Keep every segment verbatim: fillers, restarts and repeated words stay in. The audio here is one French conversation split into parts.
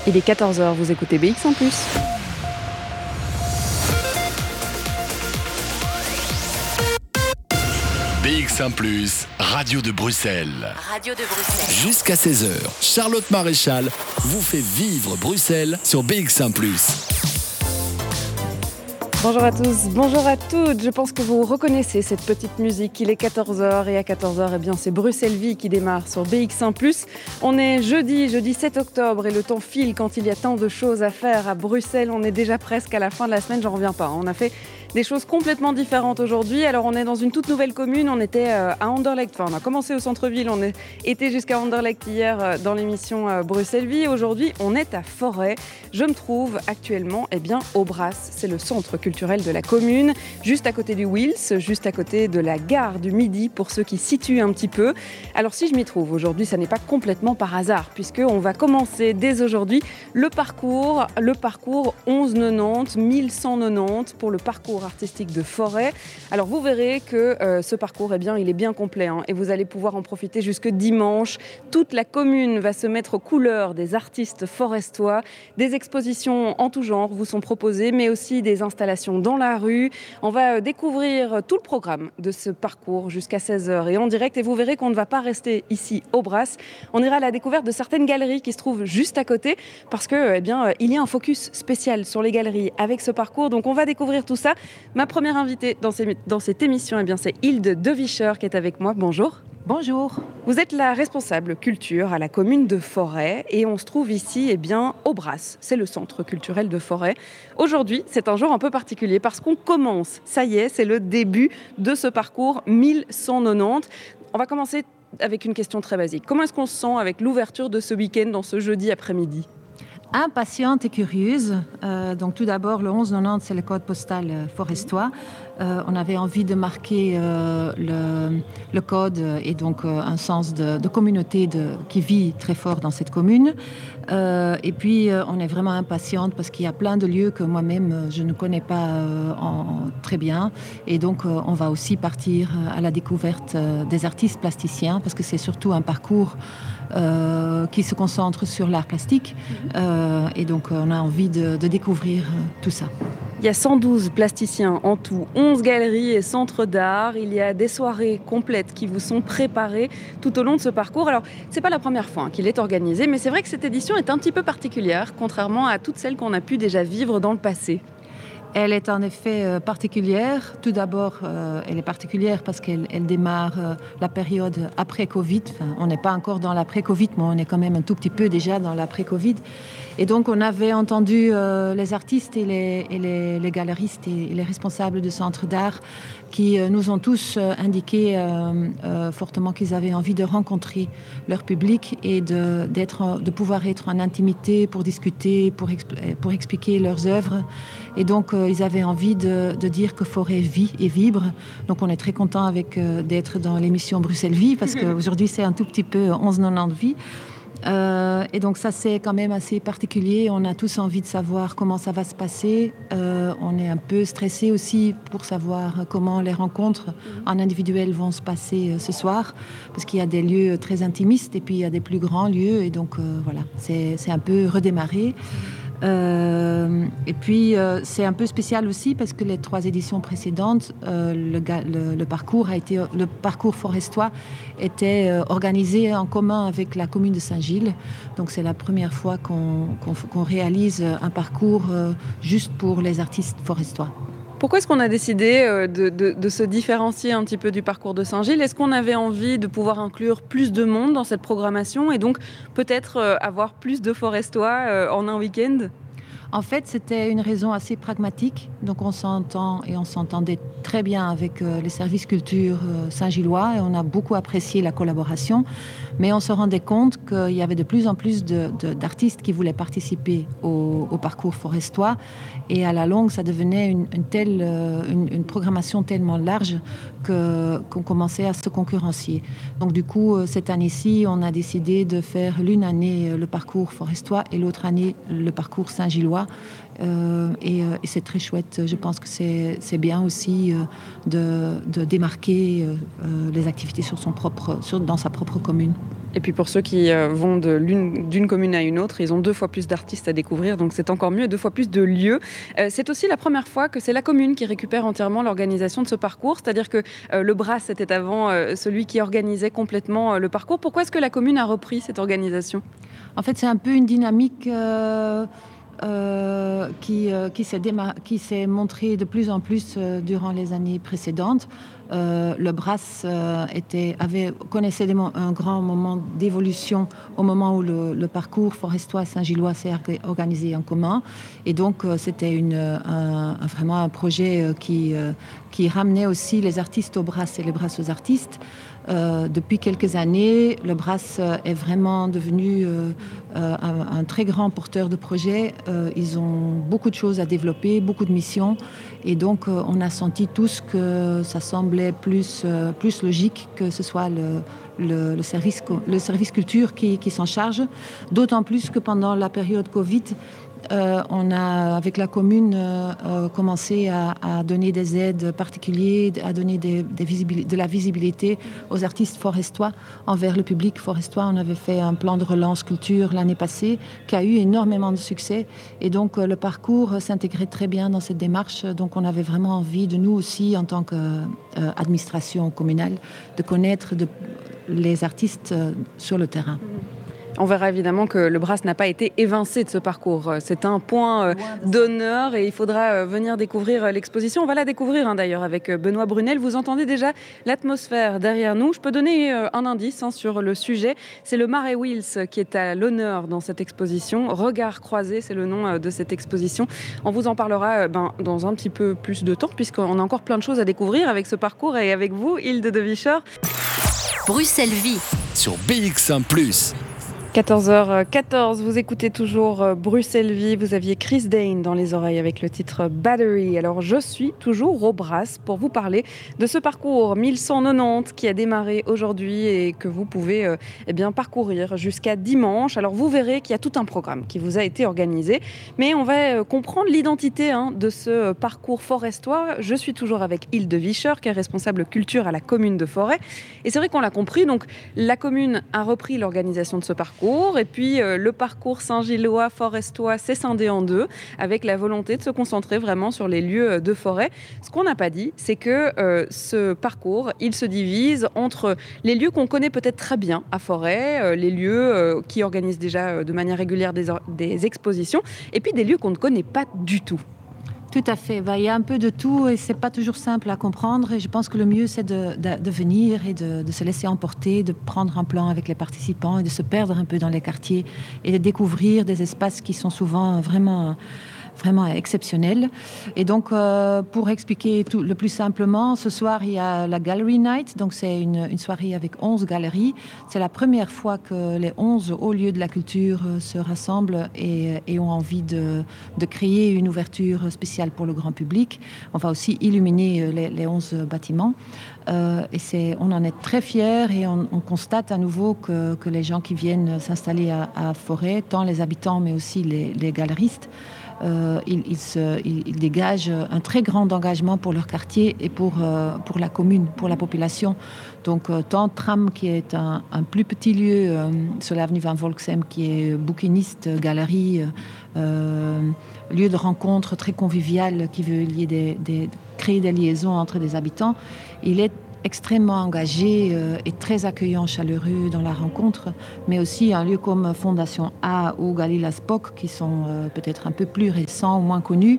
Il est quatorze heures, vous écoutez B X en plus. B X un plus, Radio de Bruxelles. Radio de Bruxelles. Jusqu'à seize heures, Charlotte Maréchal vous fait vivre Bruxelles sur B X un plus. Bonjour à tous, bonjour à toutes. Je pense que vous reconnaissez cette petite musique. Il est quatorze heures et à quatorze heures, eh bien, c'est Bruxelles Vie qui démarre sur B X un plus. On est jeudi, jeudi sept octobre et le temps file quand il y a tant de choses à faire à Bruxelles. On est déjà presque à la fin de la semaine, j'en reviens pas. On a fait des choses complètement différentes aujourd'hui. Alors on est dans une toute nouvelle commune, on était à Anderlecht, enfin on a commencé au centre-ville, on est été jusqu'à Anderlecht hier dans l'émission Bruxelles Vie. Aujourd'hui on est à Forêt. Je me trouve actuellement eh bien, au Brass, c'est le centre culturel de la commune, juste à côté du Wills, juste à côté de la gare du Midi pour ceux qui situent un petit peu. Alors si je m'y trouve aujourd'hui, ça n'est pas complètement par hasard puisqu'on va commencer dès aujourd'hui le parcours, le parcours onze quatre-vingt-dix, mille cent quatre-vingt-dix pour le parcours artistique de Forêt. Alors vous verrez que euh, ce parcours, eh bien, il est bien complet hein, et vous allez pouvoir en profiter jusque dimanche. Toute la commune va se mettre aux couleurs des artistes forestois. Des expositions en tout genre vous sont proposées, mais aussi des installations dans la rue. On va euh, découvrir tout le programme de ce parcours jusqu'à seize heures et en direct. Et vous verrez qu'on ne va pas rester ici au Brass. On ira à la découverte de certaines galeries qui se trouvent juste à côté parce que, eh bien, euh, il y a un focus spécial sur les galeries avec ce parcours. Donc on va découvrir tout ça. Ma première invitée dans, ces, dans cette émission, eh bien, c'est Hilde Devischer qui est avec moi. Bonjour. Bonjour. Vous êtes la responsable culture à la commune de Forêt et on se trouve ici eh bien, au Brass. C'est le centre culturel de Forêt. Aujourd'hui, c'est un jour un peu particulier parce qu'on commence, ça y est, c'est le début de ce parcours mille cent quatre-vingt-dix. On va commencer avec une question très basique. Comment est-ce qu'on se sent avec l'ouverture de ce week-end dans ce jeudi après-midi ? Impatiente et curieuse. Euh, donc tout d'abord, le onze quatre-vingt-dix, c'est le code postal euh, forestois. Euh, on avait envie de marquer euh, le, le code et donc euh, un sens de, de communauté de, qui vit très fort dans cette commune. Euh, et puis, euh, on est vraiment impatiente parce qu'il y a plein de lieux que moi-même, je ne connais pas euh, en, très bien. Et donc, euh, on va aussi partir à la découverte euh, des artistes plasticiens parce que c'est surtout un parcours euh, qui se concentre sur l'art plastique. Euh, et donc, on a envie de, de découvrir euh, tout ça. Il y a cent douze plasticiens en tout, onze galeries et centres d'art. Il y a des soirées complètes qui vous sont préparées tout au long de ce parcours. Alors, c'est pas la première fois hein, qu'il est organisé, mais c'est vrai que cette édition est un petit peu particulière, contrairement à toutes celles qu'on a pu déjà vivre dans le passé. Elle est en effet euh, particulière. Tout d'abord, euh, elle est particulière parce qu'elle elle démarre euh, la période après-Covid. Enfin, on n'est pas encore dans l'après-Covid, mais on est quand même un tout petit peu déjà dans l'après-Covid. Et donc, on avait entendu euh, les artistes et les, et les, les galeristes et, et les responsables de centres d'art qui euh, nous ont tous euh, indiqué euh, euh, fortement qu'ils avaient envie de rencontrer leur public et de, d'être, de pouvoir être en intimité pour discuter, pour, expl- pour expliquer leurs œuvres. Et donc, euh, ils avaient envie de, de dire que Forêt vit et vibre. Donc, on est très content avec, euh, d'être dans l'émission Bruxelles Vie parce qu'aujourd'hui, c'est un tout petit peu onze quatre-vingt-dix Vie. Euh, et donc ça c'est quand même assez particulier. On a tous envie de savoir comment ça va se passer. Euh, on est un peu stressé aussi pour savoir comment les rencontres en individuel vont se passer euh, ce soir, parce qu'il y a des lieux très intimistes et puis il y a des plus grands lieux. Et donc euh, voilà, c'est, c'est un peu redémarré. Euh, et puis euh, c'est un peu spécial aussi parce que les trois éditions précédentes, euh, le, le, le parcours a été, le parcours forestois était euh, organisé en commun avec la commune de Saint-Gilles. Donc c'est la première fois qu'on, qu'on, qu'on réalise un parcours euh, juste pour les artistes forestois. Pourquoi est-ce qu'on a décidé de, de, de se différencier un petit peu du parcours de Saint-Gilles ? Est-ce qu'on avait envie de pouvoir inclure plus de monde dans cette programmation et donc peut-être avoir plus de forestois en un week-end ? En fait, c'était une raison assez pragmatique. Donc, on s'entend et on s'entendait très bien avec euh, les services culture euh, saint-gillois et on a beaucoup apprécié la collaboration. Mais on se rendait compte qu'il y avait de plus en plus de, de, d'artistes qui voulaient participer au, au parcours forestois. Et à la longue, ça devenait une, une, telle, euh, une, une programmation tellement large que, qu'on commençait à se concurrencier. Donc, du coup, euh, cette année-ci, on a décidé de faire l'une année euh, le parcours forestois et l'autre année le parcours saint-gillois. Euh, et, euh, et c'est très chouette. Je pense que c'est, c'est bien aussi euh, de, de démarquer euh, les activités sur son propre, sur, dans sa propre commune. Et puis pour ceux qui vont de l'une, d'une commune à une autre, ils ont deux fois plus d'artistes à découvrir, donc c'est encore mieux, deux fois plus de lieux. Euh, c'est aussi la première fois que c'est la commune qui récupère entièrement l'organisation de ce parcours, c'est-à-dire que euh, le Brass était avant euh, celui qui organisait complètement euh, le parcours. Pourquoi est-ce que la commune a repris cette organisation ? En fait, c'est un peu une dynamique euh, euh, qui, euh, qui, s'est démar- qui s'est montrée de plus en plus euh, durant les années précédentes. Euh, le Brass euh, était, avait, connaissait des mo- un grand moment d'évolution au moment où le, le parcours forestois Saint-Gillois s'est organisé en commun. Et donc, euh, c'était une, un, un, vraiment un projet euh, qui, euh, qui ramenait aussi les artistes au Brass et les Brass aux artistes. Euh, depuis quelques années, le Brass euh, est vraiment devenu euh, euh, un, un très grand porteur de projets. Euh, ils ont beaucoup de choses à développer, beaucoup de missions. Et donc, euh, on a senti tous que ça semblait plus, euh, plus logique que ce soit le, le, le, service, le service culture qui, qui s'en charge. D'autant plus que pendant la période Covid, Euh, on a, avec la commune, euh, euh, commencé à, à donner des aides particulières, à donner des, des visibil- de la visibilité aux artistes forestois envers le public forestois. On avait fait un plan de relance culture l'année passée qui a eu énormément de succès. Et donc, euh, le parcours s'intégrait très bien dans cette démarche. Donc, on avait vraiment envie de nous aussi, en tant qu'administration euh, communale, de connaître de, les artistes euh, sur le terrain. On verra évidemment que le Brass n'a pas été évincé de ce parcours. C'est un point d'honneur et il faudra venir découvrir l'exposition. On va la découvrir hein, d'ailleurs avec Benoît Brunel. Vous entendez déjà l'atmosphère derrière nous. Je peux donner un indice hein, sur le sujet. C'est le Mare Wheels qui est à l'honneur dans cette exposition. Regard croisé, c'est le nom de cette exposition. On vous en parlera ben, dans un petit peu plus de temps puisqu'on a encore plein de choses à découvrir avec ce parcours et avec vous, Hilde de Vicheur. Bruxelles Vie sur B X un plus. quatorze heures quatorze, vous écoutez toujours Bruxelles Vie, vous aviez Chris Dane dans les oreilles avec le titre Battery. Alors je suis toujours au Brass pour vous parler de ce parcours mille cent quatre-vingt-dix qui a démarré aujourd'hui et que vous pouvez euh, eh bien, parcourir jusqu'à dimanche. Alors vous verrez qu'il y a tout un programme qui vous a été organisé, mais on va euh, comprendre l'identité hein, de ce parcours forestois. Je suis toujours avec Hilde Vicheur qui est responsable culture à la commune de Forêt. Et c'est vrai qu'on l'a compris, donc la commune a repris l'organisation de ce parcours. Et puis euh, le parcours Saint-Gillois, forestois, s'est scindé en deux avec la volonté de se concentrer vraiment sur les lieux de forêt. Ce qu'on n'a pas dit, c'est que euh, ce parcours, il se divise entre les lieux qu'on connaît peut-être très bien à Forêt, euh, les lieux euh, qui organisent déjà euh, de manière régulière des, des expositions, et puis des lieux qu'on ne connaît pas du tout. Tout à fait. Ben, il y a un peu de tout et c'est pas toujours simple à comprendre. Et je pense que le mieux, c'est de, de, de venir et de, de se laisser emporter, de prendre un plan avec les participants et de se perdre un peu dans les quartiers et de découvrir des espaces qui sont souvent vraiment... vraiment exceptionnel. Et donc, euh, pour expliquer tout le plus simplement, ce soir, il y a la Gallery Night. Donc, c'est une, une soirée avec onze galeries. C'est la première fois que les onze hauts lieux de la culture se rassemblent et, et ont envie de, de créer une ouverture spéciale pour le grand public. On va aussi illuminer les, les onze bâtiments. Euh, et c'est, on en est très fiers et on, on constate à nouveau que, que les gens qui viennent s'installer à, à Forêt, tant les habitants mais aussi les, les galeristes, Euh, ils, ils, se, ils, ils dégagent un très grand engagement pour leur quartier et pour, euh, pour la commune, pour la population. Donc, euh, tant Tram, qui est un, un plus petit lieu euh, sur l'avenue Van Volksem, qui est bouquiniste, galerie, euh, lieu de rencontre très convivial, qui veut lier des, des, créer des liaisons entre des habitants, il est extrêmement engagé euh, et très accueillant, chaleureux dans la rencontre, mais aussi un lieu comme Fondation A ou Galila Spock, qui sont euh, peut-être un peu plus récents ou moins connus,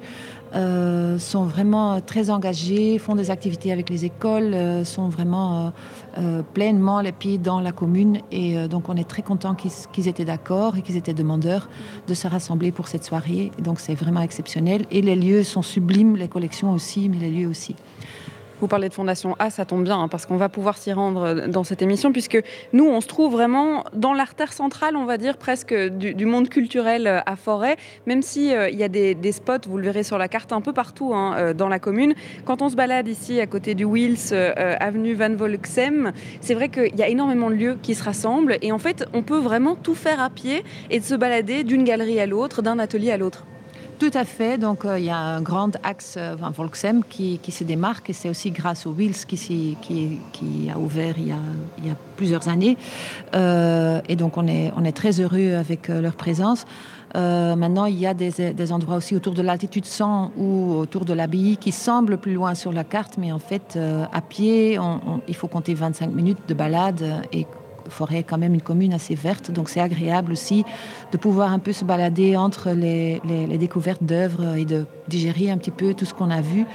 euh, sont vraiment très engagés, font des activités avec les écoles, euh, sont vraiment euh, euh, pleinement les pieds dans la commune. Et euh, donc on est très content qu'ils, qu'ils étaient d'accord et qu'ils étaient demandeurs de se rassembler pour cette soirée. Donc c'est vraiment exceptionnel. Et les lieux sont sublimes, les collections aussi, mais les lieux aussi. Vous parlez de Fondation A, ça tombe bien, hein, parce qu'on va pouvoir s'y rendre dans cette émission, puisque nous, on se trouve vraiment dans l'artère centrale, on va dire, presque du, du monde culturel à Forêt, même s'il euh, y a des, des spots, vous le verrez sur la carte, un peu partout hein, euh, dans la commune. Quand on se balade ici, à côté du Wils, euh, avenue Van Volksem, c'est vrai qu'il y a énormément de lieux qui se rassemblent, et en fait, on peut vraiment tout faire à pied et de se balader d'une galerie à l'autre, d'un atelier à l'autre. Tout à fait. Donc, euh, il y a un grand axe euh, Van Volksem qui, qui se démarque et c'est aussi grâce au Wheels qui, s'y- qui, qui a ouvert il y a, il y a plusieurs années. Euh, et donc, on est, on est très heureux avec euh, leur présence. Euh, maintenant, il y a des, des endroits aussi autour de l'altitude cent ou autour de l'abbaye qui semblent plus loin sur la carte, mais en fait, euh, à pied, on, on, il faut compter vingt-cinq minutes de balade et Forêt est quand même une commune assez verte, donc c'est agréable aussi de pouvoir un peu se balader entre les, les, les découvertes d'œuvres et de digérer un petit peu tout ce qu'on a vu.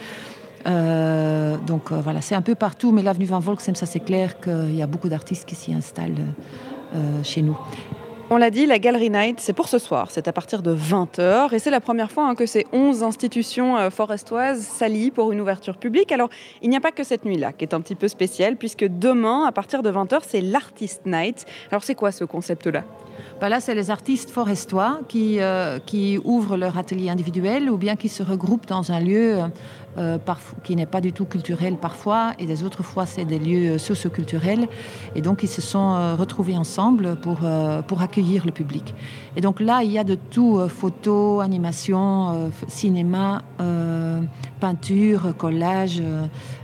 Euh, donc euh, voilà, c'est un peu partout, mais l'avenue Van Volksem, ça c'est clair qu'il y a beaucoup d'artistes qui s'y installent euh, chez nous. On l'a dit, la Gallery Night, c'est pour ce soir. C'est à partir de vingt heures et c'est la première fois hein, que ces onze institutions euh, forestoises s'allient pour une ouverture publique. Alors, il n'y a pas que cette nuit-là qui est un petit peu spéciale puisque demain, à partir de vingt heures, c'est l'Artist Night. Alors, c'est quoi ce concept-là ? Ben là, c'est les artistes forestois qui, euh, qui ouvrent leur atelier individuel ou bien qui se regroupent dans un lieu euh, parf- qui n'est pas du tout culturel parfois, et des autres fois, c'est des lieux socio-culturels. Et donc, ils se sont euh, retrouvés ensemble pour, euh, pour accueillir le public. Et donc là, il y a de tout, euh, photos, animation, euh, cinéma, euh, peinture, collage, euh,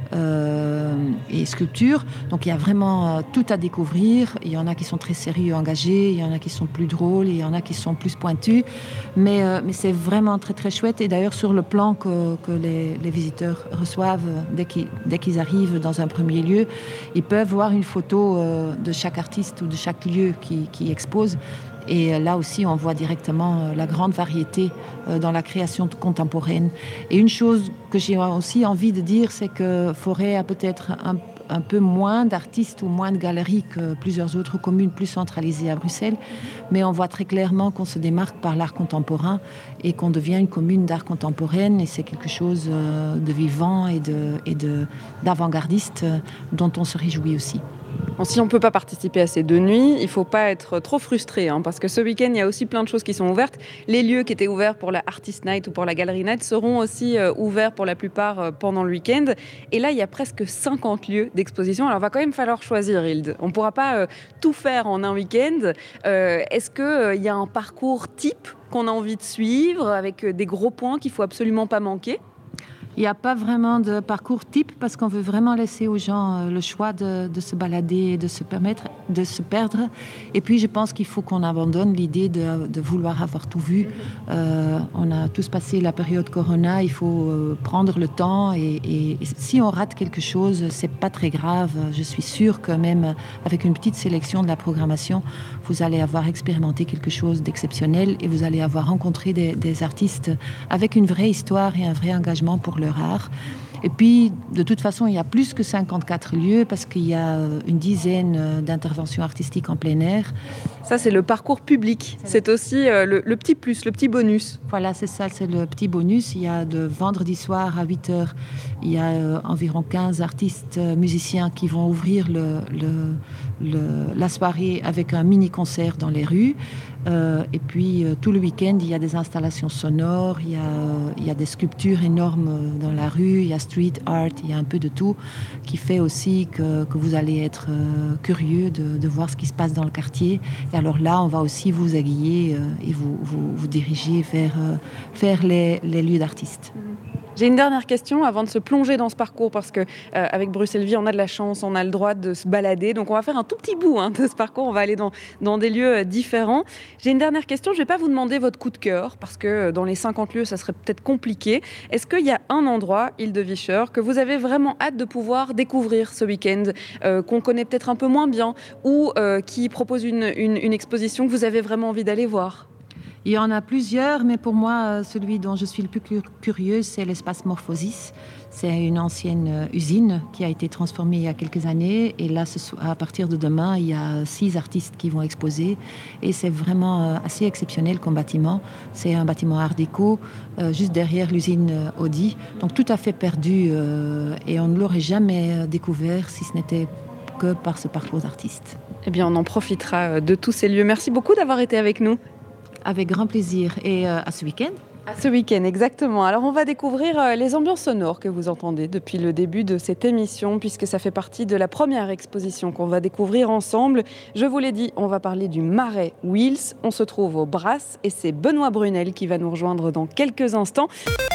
Euh, et sculpture. Donc il y a vraiment euh, tout à découvrir. Il y en a qui sont très sérieux, engagés, il y en a qui sont plus drôles, il y en a qui sont plus pointus. Mais, euh, mais c'est vraiment très très chouette. Et d'ailleurs sur le plan que, que les, les visiteurs reçoivent dès qu'ils, dès qu'ils arrivent dans un premier lieu, ils peuvent voir une photo euh, de chaque artiste ou de chaque lieu qui, qui expose. Et là aussi, on voit directement la grande variété dans la création contemporaine. Et une chose que j'ai aussi envie de dire, c'est que Forêt a peut-être un, un peu moins d'artistes ou moins de galeries que plusieurs autres communes plus centralisées à Bruxelles. Mais on voit très clairement qu'on se démarque par l'art contemporain et qu'on devient une commune d'art contemporaine. Et c'est quelque chose de vivant et, de, et de, d'avant-gardiste dont on se réjouit aussi. Bon, si on ne peut pas participer à ces deux nuits, il ne faut pas être trop frustré, hein, parce que ce week-end, il y a aussi plein de choses qui sont ouvertes. Les lieux qui étaient ouverts pour la Artist Night ou pour la Gallery Night seront aussi euh, ouverts pour la plupart euh, pendant le week-end. Et là, il y a presque cinquante lieux d'exposition. Alors, il va quand même falloir choisir, Hilde. On ne pourra pas euh, tout faire en un week-end. Euh, est-ce qu'il euh, y a un parcours type qu'on a envie de suivre, avec euh, des gros points qu'il ne faut absolument pas manquer ? Il n'y a pas vraiment de parcours type parce qu'on veut vraiment laisser aux gens le choix de, de se balader, de se permettre de se perdre. Et puis, je pense qu'il faut qu'on abandonne l'idée de, de vouloir avoir tout vu. Euh, on a tous passé la période Corona, il faut prendre le temps. Et, et, et si on rate quelque chose, c'est pas très grave. Je suis sûre que même avec une petite sélection de la programmation, vous allez avoir expérimenté quelque chose d'exceptionnel et vous allez avoir rencontré des, des artistes avec une vraie histoire et un vrai engagement pour leur art. Et puis, de toute façon, il y a plus que cinquante-quatre lieux parce qu'il y a une dizaine d'interventions artistiques en plein air. Ça, c'est le parcours public. C'est aussi euh, le, le petit plus, le petit bonus. Voilà, c'est ça, c'est le petit bonus. Il y a de vendredi soir à huit heures, il y a euh, environ quinze artistes euh, musiciens qui vont ouvrir le, le, le, la soirée avec un mini-concert dans les rues. Euh, et puis, euh, tout le week-end, il y a des installations sonores, il y a, euh, il y a des sculptures énormes dans la rue, il y a street art, il y a un peu de tout, qui fait aussi que, que vous allez être euh, curieux de, de voir ce qui se passe dans le quartier. Et alors là, on va aussi vous aiguiller euh, et vous, vous, vous diriger vers, euh, vers les, les lieux d'artistes. J'ai une dernière question avant de se plonger dans ce parcours parce que euh, avec Bruxelles Vie, on a de la chance, on a le droit de se balader. Donc on va faire un tout petit bout hein, de ce parcours. On va aller dans, dans des lieux différents. J'ai une dernière question. Je ne vais pas vous demander votre coup de cœur parce que dans les cinquante lieux, ça serait peut-être compliqué. Est-ce qu'il y a un endroit, Île de Vicher, que vous avez vraiment hâte de pouvoir découvrir ce week-end, euh, qu'on connaît peut-être un peu moins bien ou euh, qui propose une, une, une exposition que vous avez vraiment envie d'aller voir ? Il y en a plusieurs, mais pour moi, celui dont je suis le plus curieux, c'est l'espace Morphosis. C'est une ancienne usine qui a été transformée il y a quelques années. Et là, à partir de demain, il y a six artistes qui vont exposer. Et c'est vraiment assez exceptionnel comme bâtiment. C'est un bâtiment art déco, euh, juste derrière l'usine Audi. Donc tout à fait perdu. Euh, et on ne l'aurait jamais découvert si ce n'était que par ce parcours d'artiste. Eh bien, on en profitera de tous ces lieux. Merci beaucoup d'avoir été avec nous. Avec grand plaisir. Et euh, à ce week-end. À ce week-end, exactement. Alors on va découvrir euh, les ambiances sonores que vous entendez depuis le début de cette émission, puisque ça fait partie de la première exposition qu'on va découvrir ensemble. Je vous l'ai dit, on va parler du Marais Wheels. On se trouve au Brass et c'est Benoît Brunel qui va nous rejoindre dans quelques instants.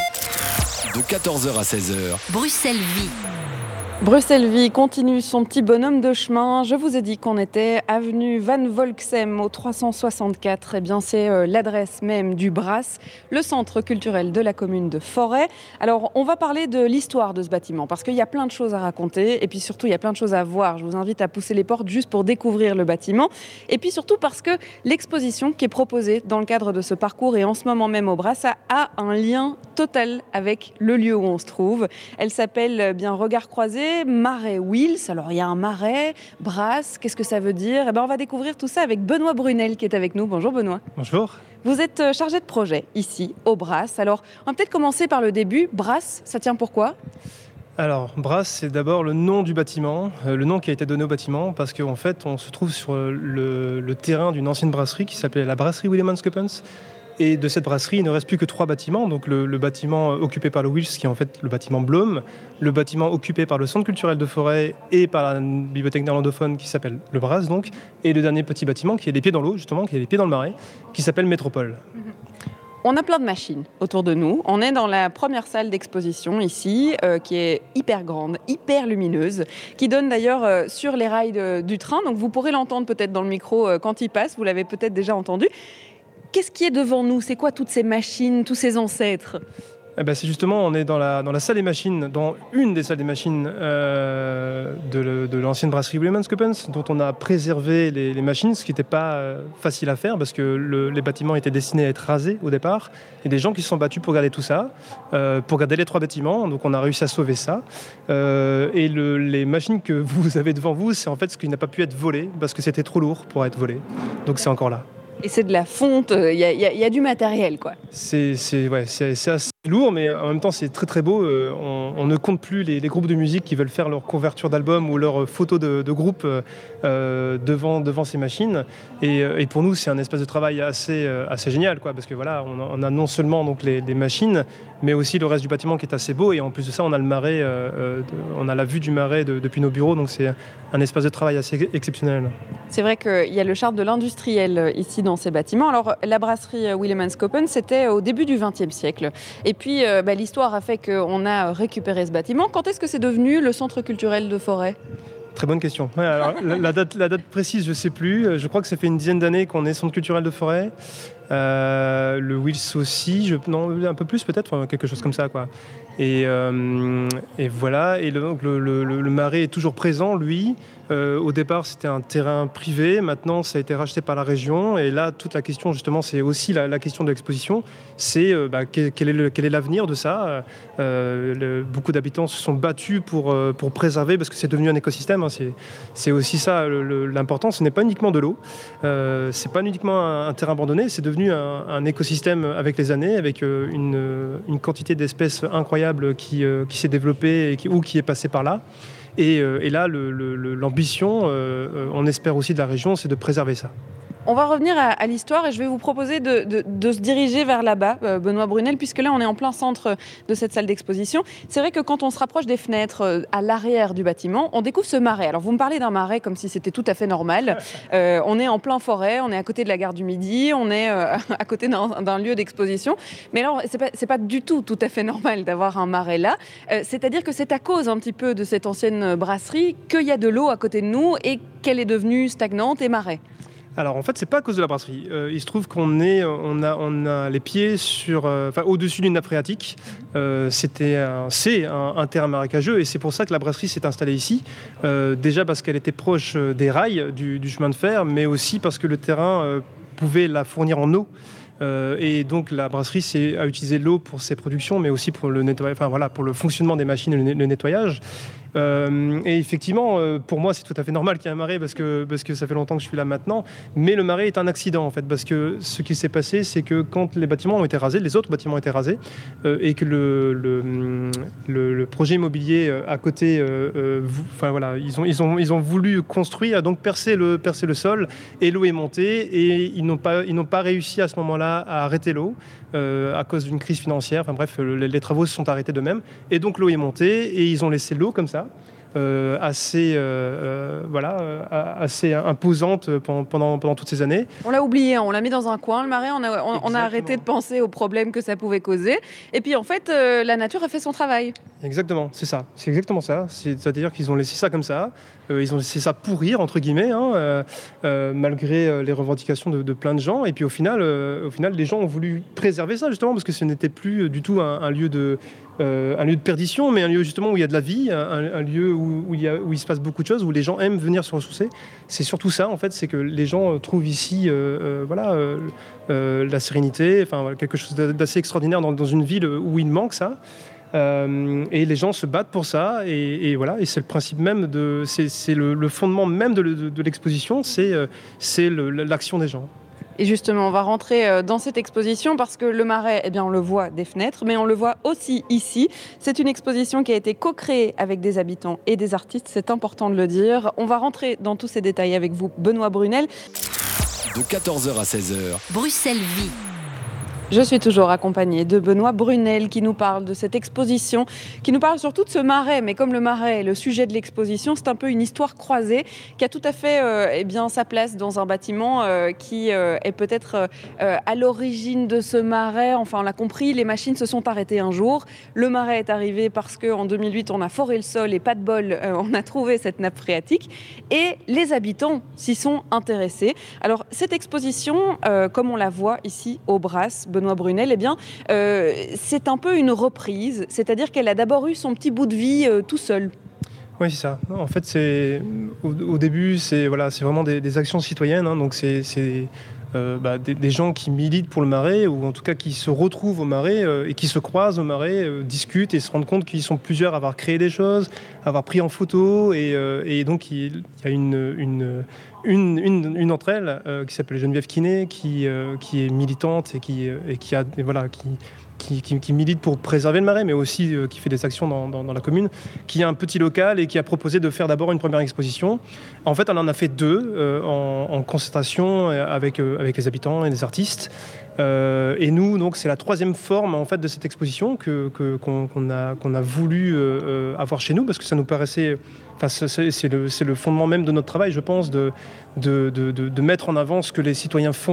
De quatorze heures à seize heures. Bruxelles Vie. Bruxelles Vie continue son petit bonhomme de chemin. Je vous ai dit qu'on était avenue Van Volksem au trois cent soixante-quatre. Eh bien, c'est euh, l'adresse même du Brass, le centre culturel de la commune de Forêt. Alors, on va parler de l'histoire de ce bâtiment parce qu'il y a plein de choses à raconter et puis surtout, il y a plein de choses à voir. Je vous invite à pousser les portes juste pour découvrir le bâtiment et puis surtout parce que l'exposition qui est proposée dans le cadre de ce parcours et en ce moment même au Brass a, a un lien total avec le lieu où on se trouve. Elle s'appelle euh, bien Regard croisé. Marais Wheels. Alors il y a un marais, Brass, qu'est-ce que ça veut dire? Eh ben, on va découvrir tout ça avec Benoît Brunel qui est avec nous. Bonjour Benoît. Bonjour. Vous êtes chargé de projet ici au Brass. Alors on va peut-être commencer par le début. Brass, ça tient pourquoi? Alors, Brass, c'est d'abord le nom du bâtiment, euh, le nom qui a été donné au bâtiment, parce qu'en fait, on se trouve sur le, le terrain d'une ancienne brasserie qui s'appelait la brasserie Willemanskopens. Et de cette brasserie, il ne reste plus que trois bâtiments. Donc le, le bâtiment occupé par le Wheels, qui est en fait le bâtiment Blom, le bâtiment occupé par le Centre culturel de Forêt et par la bibliothèque néerlandophone qui s'appelle le Brass, donc, et le dernier petit bâtiment qui est les pieds dans l'eau, justement, qui est les pieds dans le marais, qui s'appelle Métropole. On a plein de machines autour de nous. On est dans la première salle d'exposition ici, euh, qui est hyper grande, hyper lumineuse, qui donne d'ailleurs euh, sur les rails de, du train. Donc vous pourrez l'entendre peut-être dans le micro euh, quand il passe. Vous l'avez peut-être déjà entendu. Qu'est-ce qui est devant nous? C'est quoi toutes ces machines, tous ces ancêtres? Eh ben c'est justement, on est dans la, dans la salle des machines, dans une des salles des machines euh, de, le, de l'ancienne brasserie Willemanskopens, dont on a préservé les, les machines, ce qui n'était pas euh, facile à faire parce que le, les bâtiments étaient destinés à être rasés au départ. Il y a des gens qui se sont battus pour garder tout ça, euh, pour garder les trois bâtiments, donc on a réussi à sauver ça. Euh, et le, les machines que vous avez devant vous, c'est en fait ce qui n'a pas pu être volé parce que c'était trop lourd pour être volé. Donc c'est encore là. Et c'est de la fonte, il y, y, y a du matériel, quoi. C'est, c'est, ouais, c'est, c'est assez lourd, mais en même temps, c'est très très beau. Euh, on, on ne compte plus les, les groupes de musique qui veulent faire leur couverture d'album ou leur photo de, de groupe euh, devant, devant ces machines. Et, et pour nous, c'est un espace de travail assez, assez génial, quoi, parce que voilà, on a, on a non seulement donc, les, les machines, mais aussi le reste du bâtiment qui est assez beau. Et en plus de ça, on a le marais, euh, de, on a la vue du marais de, depuis nos bureaux, donc c'est un espace de travail assez exceptionnel. C'est vrai qu'il y a le charme de l'industriel ici dans ces bâtiments. Alors, la brasserie Willemanskopens, c'était au début du vingtième siècle. Et puis, euh, bah, l'histoire a fait qu'on a récupéré ce bâtiment. Quand est-ce que c'est devenu le centre culturel de Forêt ? Très bonne question. Ouais, alors, la, la, date, la date précise, je ne sais plus. Je crois que ça fait une dizaine d'années qu'on est centre culturel de Forêt. Euh, le Wheels aussi, je, non, un peu plus peut-être, enfin, quelque chose comme ça, quoi. Et, euh, et voilà. Et le, le, le, le marais est toujours présent, lui. Euh, au départ, c'était un terrain privé. Maintenant, ça a été racheté par la région. Et là, toute la question, justement, c'est aussi la, la question de l'exposition. C'est euh, bah, quel, quel, est le, quel est l'avenir de ça euh, le, Beaucoup d'habitants se sont battus pour, euh, pour préserver, parce que c'est devenu un écosystème. Hein, c'est, c'est aussi ça le, le, l'important. Ce n'est pas uniquement de l'eau. Euh, c'est pas uniquement un, un terrain abandonné. C'est devenu un, un écosystème avec les années, avec euh, une, une quantité d'espèces incroyables qui, euh, qui s'est développée et qui, ou qui est passée par là. Et, euh, et là, le, le, l'ambition, euh, on espère aussi de la région, c'est de préserver ça. On va revenir à, à l'histoire et je vais vous proposer de, de, de se diriger vers là-bas, euh, Benoît Brunel, puisque là, on est en plein centre de cette salle d'exposition. C'est vrai que quand on se rapproche des fenêtres euh, à l'arrière du bâtiment, on découvre ce marais. Alors, vous me parlez d'un marais comme si c'était tout à fait normal. Euh, on est en plein forêt, on est à côté de la gare du Midi, on est euh, à côté d'un, d'un lieu d'exposition. Mais alors, c'est pas, c'est pas du tout tout à fait normal d'avoir un marais là. Euh, c'est-à-dire que c'est à cause un petit peu de cette ancienne brasserie qu'il y a de l'eau à côté de nous et qu'elle est devenue stagnante et marais. Alors en fait, c'est pas à cause de la brasserie. Euh, il se trouve qu'on est, on a, on a les pieds sur, euh, enfin au-dessus d'une nappe phréatique. Euh, c'était, un, c'est un, un terrain marécageux et c'est pour ça que la brasserie s'est installée ici. Euh, déjà parce qu'elle était proche des rails du, du chemin de fer, mais aussi parce que le terrain euh, pouvait la fournir en eau. Euh, et donc la brasserie a utilisé l'eau pour ses productions, mais aussi pour le nettoyage, enfin voilà, pour le fonctionnement des machines et le nettoyage. Euh, et effectivement, euh, pour moi, c'est tout à fait normal qu'il y ait un marais parce que, parce que ça fait longtemps que je suis là maintenant. Mais le marais est un accident en fait, parce que ce qui s'est passé, c'est que quand les bâtiments ont été rasés, les autres bâtiments ont été rasés, euh, et que le, le, le, le projet immobilier à côté, euh, euh, enfin voilà, ils ont, ils ont, ils ont voulu construire, donc percer le, percer le sol, et l'eau est montée, et ils n'ont pas, ils n'ont pas réussi à ce moment-là à arrêter l'eau. Euh, à cause d'une crise financière, enfin bref, les, les travaux se sont arrêtés d'eux-mêmes, et donc l'eau est montée, et ils ont laissé l'eau comme ça, euh, assez, euh, euh, voilà, euh, assez imposante pendant, pendant, pendant toutes ces années. On l'a oublié, on l'a mis dans un coin, le marais, on a, on, on a arrêté de penser aux problèmes que ça pouvait causer, et puis en fait, euh, la nature a fait son travail. Exactement, c'est ça, c'est exactement ça, c'est-à-dire qu'ils ont laissé ça comme ça, euh, ils ont laissé ça pourrir, entre guillemets, hein, euh, euh, malgré euh, les revendications de, de plein de gens, et puis au final, euh, au final, les gens ont voulu préserver ça, justement, parce que ce n'était plus du tout un, un lieu de... Euh, un lieu de perdition, mais un lieu justement où il y a de la vie, un, un lieu où, où, il y a, où il se passe beaucoup de choses, où les gens aiment venir se ressourcer. C'est surtout ça, en fait, c'est que les gens trouvent ici euh, euh, voilà, euh, euh, la sérénité, enfin, quelque chose d'assez extraordinaire dans, dans une ville où il manque ça. Euh, et les gens se battent pour ça, et, et voilà, et c'est le principe même de, c'est, c'est le, le fondement même de, de, de l'exposition, c'est, euh, c'est le, l'action des gens. Et justement, on va rentrer dans cette exposition parce que le marais, eh bien, on le voit des fenêtres, mais on le voit aussi ici. C'est une exposition qui a été co-créée avec des habitants et des artistes, c'est important de le dire. On va rentrer dans tous ces détails avec vous, Benoît Brunel. De quatorze heures à seize heures. Bruxelles Vie. Je suis toujours accompagnée de Benoît Brunel qui nous parle de cette exposition, qui nous parle surtout de ce marais. Mais comme le marais est le sujet de l'exposition, c'est un peu une histoire croisée qui a tout à fait euh, eh bien, sa place dans un bâtiment euh, qui euh, est peut-être euh, à l'origine de ce marais. Enfin, on l'a compris, les machines se sont arrêtées un jour. Le marais est arrivé parce qu'en deux mille huit, on a foré le sol et pas de bol, euh, on a trouvé cette nappe phréatique. Et les habitants s'y sont intéressés. Alors, cette exposition, euh, comme on la voit ici au Brasse, Benoît Brunel, eh bien, euh, c'est un peu une reprise, c'est-à-dire qu'elle a d'abord eu son petit bout de vie euh, tout seul. Oui, c'est ça. En fait, c'est, au, au début, c'est, voilà, c'est vraiment des, des actions citoyennes, hein, donc c'est, c'est euh, bah, des, des gens qui militent pour le marais, ou en tout cas qui se retrouvent au marais euh, et qui se croisent au marais, euh, discutent et se rendent compte qu'ils sont plusieurs à avoir créé des choses, à avoir pris en photo, et, euh, et donc il y a une... une Une, une, une d'entre elles, euh, qui s'appelle Geneviève Quinet, qui, euh, qui est militante et qui, et qui, a, et voilà, qui, qui, qui, qui milite pour préserver le marais, mais aussi euh, qui fait des actions dans, dans, dans la commune, qui a un petit local et qui a proposé de faire d'abord une première exposition. En fait, elle en a fait deux euh, en, en concertation avec, euh, avec les habitants et les artistes. Euh, et nous, donc, c'est la troisième forme en fait de cette exposition que, que, qu'on, qu'on, a, qu'on a voulu euh, avoir chez nous, parce que ça nous paraissait... Enfin, c'est, c'est, le, c'est le fondement même de notre travail, je pense, de, de, de, de mettre en avant ce que les citoyens font.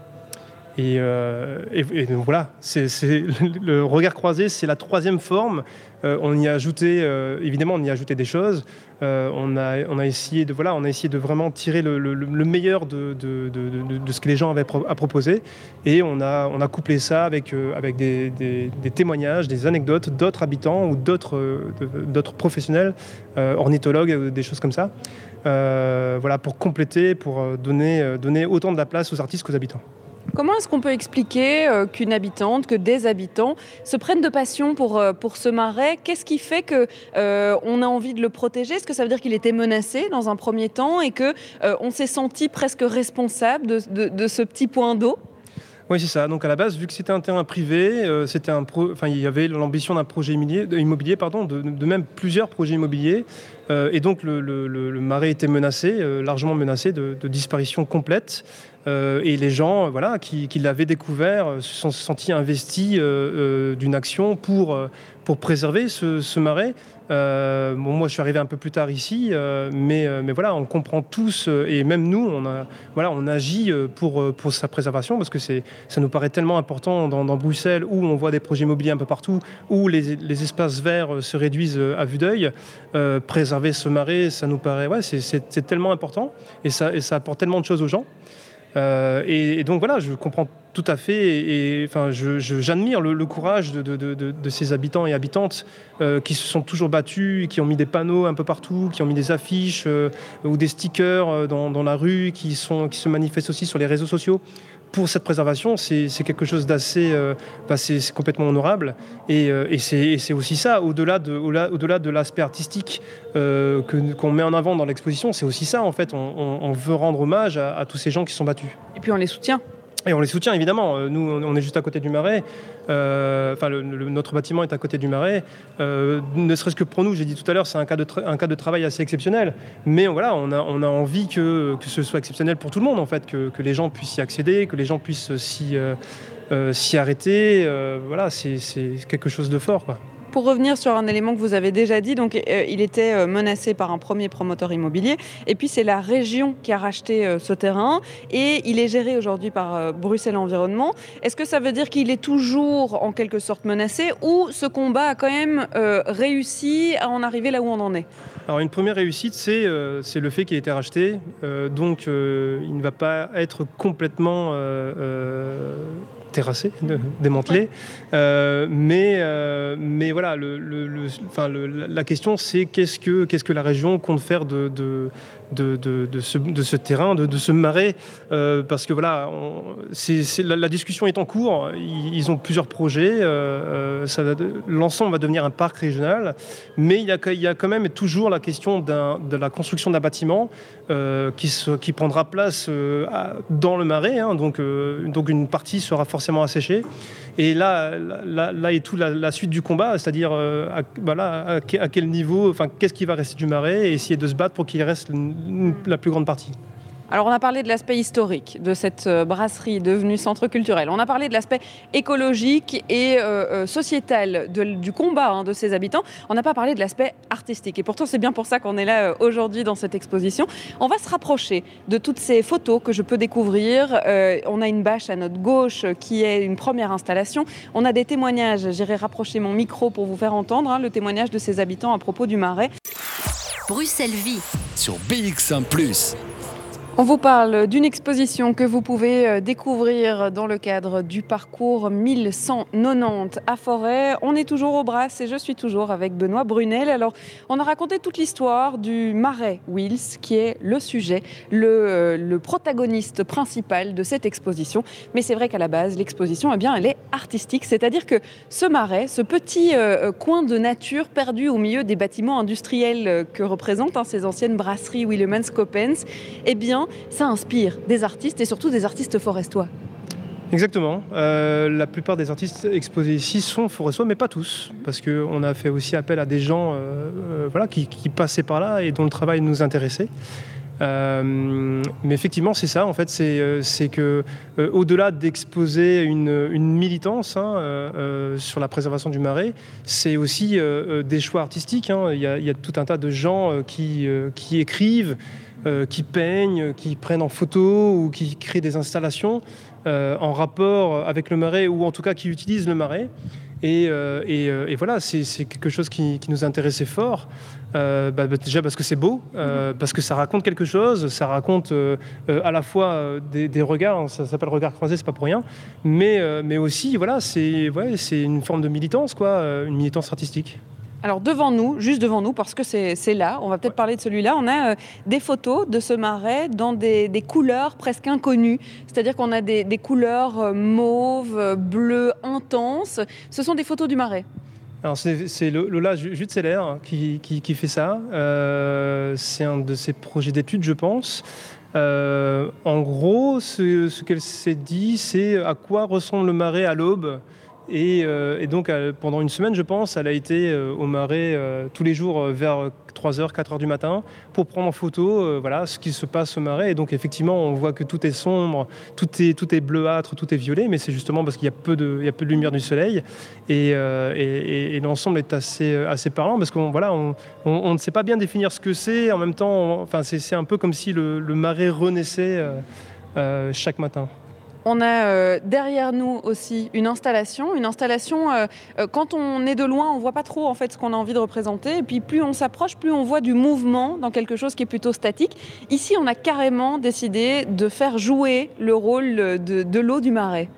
Et, euh, et, et donc voilà, c'est, c'est, le regard croisé, c'est la troisième forme. Euh, on y a ajouté, euh, évidemment, on y a ajouté des choses. Euh, on, a, on, a essayé de, voilà, on a essayé de vraiment tirer le, le, le meilleur de, de, de, de, de ce que les gens avaient pro- à proposer. Et on a, on a couplé ça avec, euh, avec des, des, des témoignages, des anecdotes d'autres habitants ou d'autres, euh, d'autres professionnels, euh, ornithologues, des choses comme ça. Euh, voilà, pour compléter, pour donner, donner autant de la place aux artistes qu'aux habitants. Comment est-ce qu'on peut expliquer euh, qu'une habitante, que des habitants se prennent de passion pour, euh, pour ce marais ? Qu'est-ce qui fait qu'on euh, a envie de le protéger ? Est-ce que ça veut dire qu'il était menacé dans un premier temps et qu'on euh, s'est senti presque responsable de, de, de ce petit point d'eau ? Oui, c'est ça. Donc à la base, vu que c'était un terrain privé, euh, c'était un pro... enfin, il y avait l'ambition d'un projet immobilier, immobilier pardon, de, de même plusieurs projets immobiliers. Euh, et donc le, le, le marais était menacé, euh, largement menacé de, de disparition complète. Euh, et les gens voilà, qui, qui l'avaient découvert euh, se sont sentis investis euh, euh, d'une action pour, euh, pour préserver ce, ce marais. Euh, bon, moi, je suis arrivé un peu plus tard ici, euh, mais, euh, mais voilà, on comprend tous, euh, et même nous, on, a, voilà, on agit pour, pour sa préservation, parce que c'est, ça nous paraît tellement important dans, dans Bruxelles, où on voit des projets immobiliers un peu partout, où les, les espaces verts se réduisent à vue d'œil. Euh, préserver ce marais, ça nous paraît, ouais, c'est, c'est, c'est tellement important, et ça, et ça apporte tellement de choses aux gens. Euh, et, et donc voilà, je comprends tout à fait, et, et enfin, je, je, j'admire le, le courage de, de, de, de ces habitants et habitantes euh, qui se sont toujours battus, qui ont mis des panneaux un peu partout, qui ont mis des affiches euh, ou des stickers dans, dans la rue, qui, sont, qui se manifestent aussi sur les réseaux sociaux pour cette préservation, c'est, c'est quelque chose d'assez, euh, bah c'est, c'est complètement honorable. Et, euh, et, c'est, et c'est aussi ça, au-delà de, au-delà, au-delà de l'aspect artistique euh, que, qu'on met en avant dans l'exposition, c'est aussi ça en fait. On, on, on veut rendre hommage à, à tous ces gens qui sont battus. Et puis on les soutient. Et on les soutient évidemment. Nous, on est juste à côté du Marais. Euh, enfin, le, le, notre bâtiment est à côté du Marais. Euh, ne serait-ce que pour nous, j'ai dit tout à l'heure, c'est un cas de, tra- un cas de travail assez exceptionnel. Mais voilà, on a, on a envie que, que ce soit exceptionnel pour tout le monde, en fait, que, que les gens puissent y accéder, que les gens puissent s'y, euh, euh, s'y arrêter. Euh, voilà, c'est, c'est quelque chose de fort, quoi. Pour revenir sur un élément que vous avez déjà dit, donc euh, il était euh, menacé par un premier promoteur immobilier, et puis c'est la région qui a racheté euh, ce terrain, et il est géré aujourd'hui par euh, Bruxelles Environnement. Est-ce que ça veut dire qu'il est toujours en quelque sorte menacé, ou ce combat a quand même euh, réussi à en arriver là où on en est ? Alors une première réussite, c'est, euh, c'est le fait qu'il ait été racheté, euh, donc euh, il ne va pas être complètement euh, euh, terrassé, démantelé, euh, mais, euh, mais voilà, le, le, le, enfin, le, la question c'est qu'est-ce que, qu'est-ce que la région compte faire de, de, de, de, de, ce, de ce terrain, de, de ce marais, euh, parce que voilà, on, c'est, c'est, la, la discussion est en cours, ils, ils ont plusieurs projets, euh, ça va, l'ensemble va devenir un parc régional, mais il y a, il y a quand même toujours la question d'un, de la construction d'un bâtiment euh, qui, se, qui prendra place euh, à, dans le marais, hein, donc, euh, donc une partie sera forcément asséchée. Et là, là, là est tout la, la suite du combat, c'est-à-dire euh, à, voilà, à, à quel niveau, enfin, qu'est-ce qui va rester du marais et essayer de se battre pour qu'il reste une, la plus grande partie. Alors on a parlé de l'aspect historique de cette brasserie devenue centre culturel. On a parlé de l'aspect écologique et euh, sociétal de, du combat hein, de ses habitants. On n'a pas parlé de l'aspect artistique. Et pourtant c'est bien pour ça qu'on est là aujourd'hui dans cette exposition. On va se rapprocher de toutes ces photos que je peux découvrir. Euh, on a une bâche à notre gauche qui est une première installation. On a des témoignages. J'irai rapprocher mon micro pour vous faire entendre hein, le témoignage de ces habitants à propos du Marais. Bruxelles Vie sur B X un plus. On vous parle d'une exposition que vous pouvez découvrir dans le cadre du parcours mille cent quatre-vingt-dix à Forêt. On est toujours au Brass et je suis toujours avec Benoît Brunel. Alors, on a raconté toute l'histoire du Marais Wils, qui est le sujet, le, le protagoniste principal de cette exposition. Mais c'est vrai qu'à la base, l'exposition, eh bien, elle est artistique. C'est-à-dire que ce marais, ce petit euh, coin de nature perdu au milieu des bâtiments industriels que représentent hein, ces anciennes brasseries Willems Coppens, eh bien, ça inspire des artistes et surtout des artistes forestois. Exactement. Euh, la plupart des artistes exposés ici sont forestois, mais pas tous, parce qu'on a fait aussi appel à des gens euh, euh, voilà, qui, qui passaient par là et dont le travail nous intéressait. Euh, mais effectivement, c'est ça. En fait, c'est, euh, c'est que euh, au-delà d'exposer une, une militance hein, euh, sur la préservation du marais, c'est aussi euh, des choix artistiques. Hein. Il y a, il y a tout un tas de gens euh, qui, euh, qui écrivent, euh, qui peignent, qui prennent en photo ou qui créent des installations euh, en rapport avec le marais ou en tout cas qui utilisent le marais. Et, euh, et, et voilà, c'est, c'est quelque chose qui, qui nous intéressait fort. Euh, bah, déjà parce que c'est beau, euh, parce que ça raconte quelque chose, ça raconte euh, euh, à la fois euh, des, des regards, ça s'appelle regard croisé, c'est pas pour rien, mais, euh, mais aussi voilà, c'est, ouais, c'est une forme de militance, quoi, une militance artistique. Alors devant nous, juste devant nous, parce que c'est, c'est là, on va peut-être parler de celui-là, on a euh, des photos de ce marais dans des, des couleurs presque inconnues. C'est-à-dire qu'on a des, des couleurs euh, mauves, bleues, intenses. Ce sont des photos du marais. Alors c'est, c'est Lola Jutzeler qui, qui, qui fait ça. Euh, c'est un de ses projets d'études, je pense. Euh, en gros, ce, ce qu'elle s'est dit, c'est à quoi ressemble le marais à l'aube. Et, euh, et donc, euh, pendant une semaine, je pense, elle a été euh, au marais euh, tous les jours euh, vers trois heures, quatre heures du matin pour prendre en photo euh, voilà, ce qui se passe au marais. Et donc, effectivement, on voit que tout est sombre, tout est, tout est bleuâtre, tout est violet, mais c'est justement parce qu'il y a peu de, il y a peu de lumière du soleil. Et, euh, et, et l'ensemble est assez, assez parlant parce qu'on voilà, on, on, on ne sait pas bien définir ce que c'est. En même temps, on, enfin, c'est, c'est un peu comme si le, le marais renaissait euh, euh, chaque matin. On a euh, derrière nous aussi une installation. Une installation, euh, euh, quand on est de loin, on ne voit pas trop en fait, ce qu'on a envie de représenter. Et puis plus on s'approche, plus on voit du mouvement dans quelque chose qui est plutôt statique. Ici, on a carrément décidé de faire jouer le rôle de, de l'eau du marais.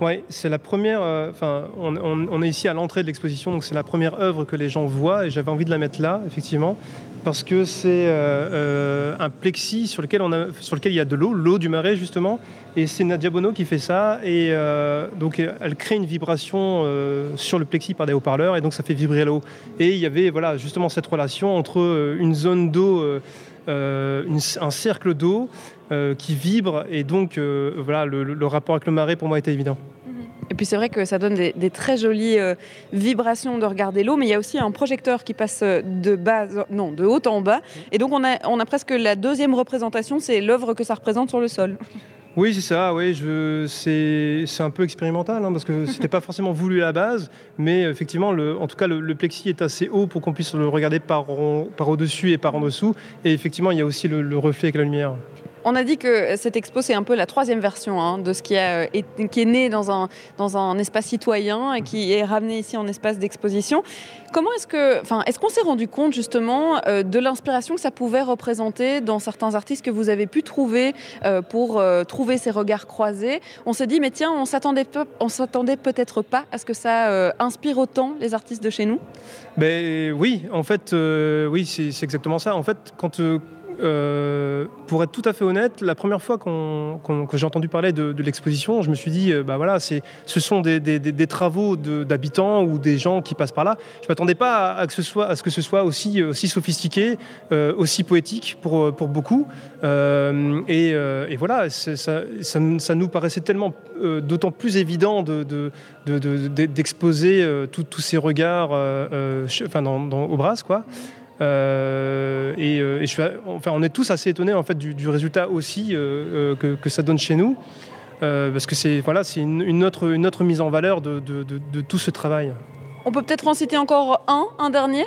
Ouais, c'est la première. Enfin, euh, on, on, on est ici à l'entrée de l'exposition, donc c'est la première œuvre que les gens voient, et j'avais envie de la mettre là, effectivement, parce que c'est euh, euh, un plexi sur lequel on a, sur lequel il y a de l'eau, l'eau du Marais justement, et c'est Nadia Bono qui fait ça, et euh, donc elle crée une vibration euh, sur le plexi par des haut-parleurs, et donc ça fait vibrer l'eau. Et il y avait voilà justement cette relation entre une zone d'eau, euh, euh, une, un cercle d'eau. Euh, qui vibre, et donc euh, voilà, le, le rapport avec le Marais pour moi était évident. Et puis c'est vrai que ça donne des, des très jolies euh, vibrations de regarder l'eau, mais il y a aussi un projecteur qui passe de bas, non, de haut en bas, et donc on a, on a presque la deuxième représentation, c'est l'œuvre que ça représente sur le sol. Oui, c'est ça, oui, je, c'est, c'est un peu expérimental, hein, parce que c'était pas forcément voulu à la base, mais effectivement, le, en tout cas, le, le plexi est assez haut pour qu'on puisse le regarder par, par au-dessus et par en dessous, et effectivement, il y a aussi le, le reflet avec la lumière. On a dit que cette expo, c'est un peu la troisième version hein, de ce qui, a, est, qui est né dans un, dans un espace citoyen et qui est ramené ici en espace d'exposition. Comment est-ce que, enfin, est-ce qu'on s'est rendu compte justement euh, de l'inspiration que ça pouvait représenter dans certains artistes que vous avez pu trouver euh, pour euh, trouver ces regards croisés? On s'est dit, mais tiens, on s'attendait, on s'attendait peut-être pas à ce que ça euh, inspire autant les artistes de chez nous? Ben, oui, en fait, euh, oui, c'est, c'est exactement ça. En fait, quand... Euh, Euh, pour être tout à fait honnête, la première fois qu'on, qu'on, que j'ai entendu parler de, de l'exposition, je me suis dit, euh, bah voilà, c'est, ce sont des, des, des, des travaux de, d'habitants ou des gens qui passent par là. Je ne m'attendais pas à, à, que ce soit, à ce que ce soit aussi, aussi sophistiqué, euh, aussi poétique pour, pour beaucoup. Euh, et, euh, et voilà, ça, ça, ça nous paraissait tellement euh, d'autant plus évident de, de, de, de, d'exposer euh, tous ces regards euh, euh, enfin, dans, dans, au Brasse, quoi. Euh, et, euh, et je suis, enfin, on est tous assez étonnés en fait du, du résultat aussi euh, que, que ça donne chez nous, euh, parce que c'est voilà, c'est une, une autre une autre mise en valeur de, de, de, de tout ce travail. On peut peut-être en citer encore un, un dernier.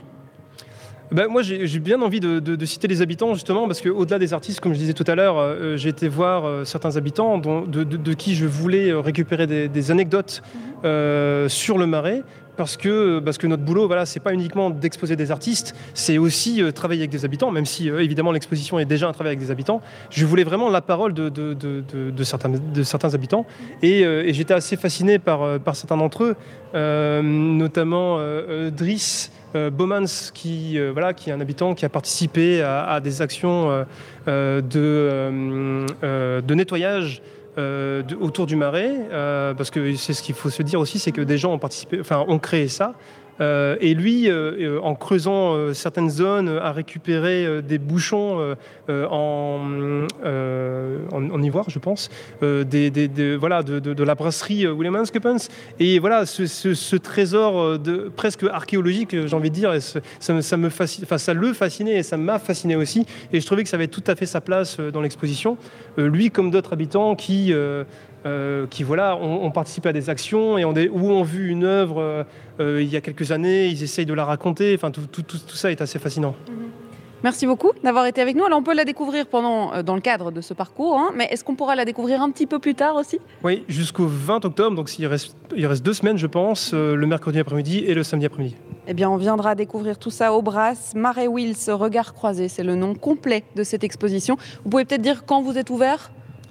Ben, moi, j'ai, j'ai bien envie de, de, de citer les habitants, justement, parce qu'au-delà des artistes, comme je disais tout à l'heure, euh, j'ai été voir euh, certains habitants dont, de, de, de qui je voulais récupérer des, des anecdotes euh, sur le Marais. Parce que, parce que notre boulot, voilà, c'est pas uniquement d'exposer des artistes, c'est aussi euh, travailler avec des habitants, même si euh, évidemment l'exposition est déjà un travail avec des habitants. Je voulais vraiment la parole de, de, de, de, de, certains, de certains habitants, et, euh, et j'étais assez fasciné par, par certains d'entre eux, euh, notamment euh, Driss euh, Baumans, qui, euh, voilà, qui est un habitant qui a participé à, à des actions euh, de, euh, euh, de nettoyage Euh, de, autour du Marais, euh, parce que c'est ce qu'il faut se dire aussi, c'est que des gens ont participé, enfin ont créé ça. Euh, et lui, euh, en creusant euh, certaines zones, a récupéré euh, des bouchons euh, euh, en, euh, en, en ivoire, je pense, euh, des, des, des, voilà, de, de, de la brasserie Willemskopens. Et voilà, ce, ce, ce trésor de, presque archéologique, j'ai envie de dire, ça, ça, me fascine, enfin, ça le fascinait et ça m'a fasciné aussi. Et je trouvais que ça avait tout à fait sa place dans l'exposition. Euh, lui, comme d'autres habitants qui... Euh, Euh, qui voilà, ont, ont participé à des actions et ont des, ou ont vu une œuvre euh, il y a quelques années, ils essayent de la raconter. Enfin, tout, tout, tout, tout ça est assez fascinant. Merci beaucoup d'avoir été avec nous. Alors, on peut la découvrir pendant, dans le cadre de ce parcours, hein, mais est-ce qu'on pourra la découvrir un petit peu plus tard aussi? Oui, jusqu'au vingt octobre, donc il reste, il reste deux semaines, je pense, euh, le mercredi après-midi et le samedi après-midi. Eh bien, on viendra découvrir tout ça au Brasse. Marais Wills, Regard croisé, c'est le nom complet de cette exposition. Vous pouvez peut-être dire quand vous êtes ouvert?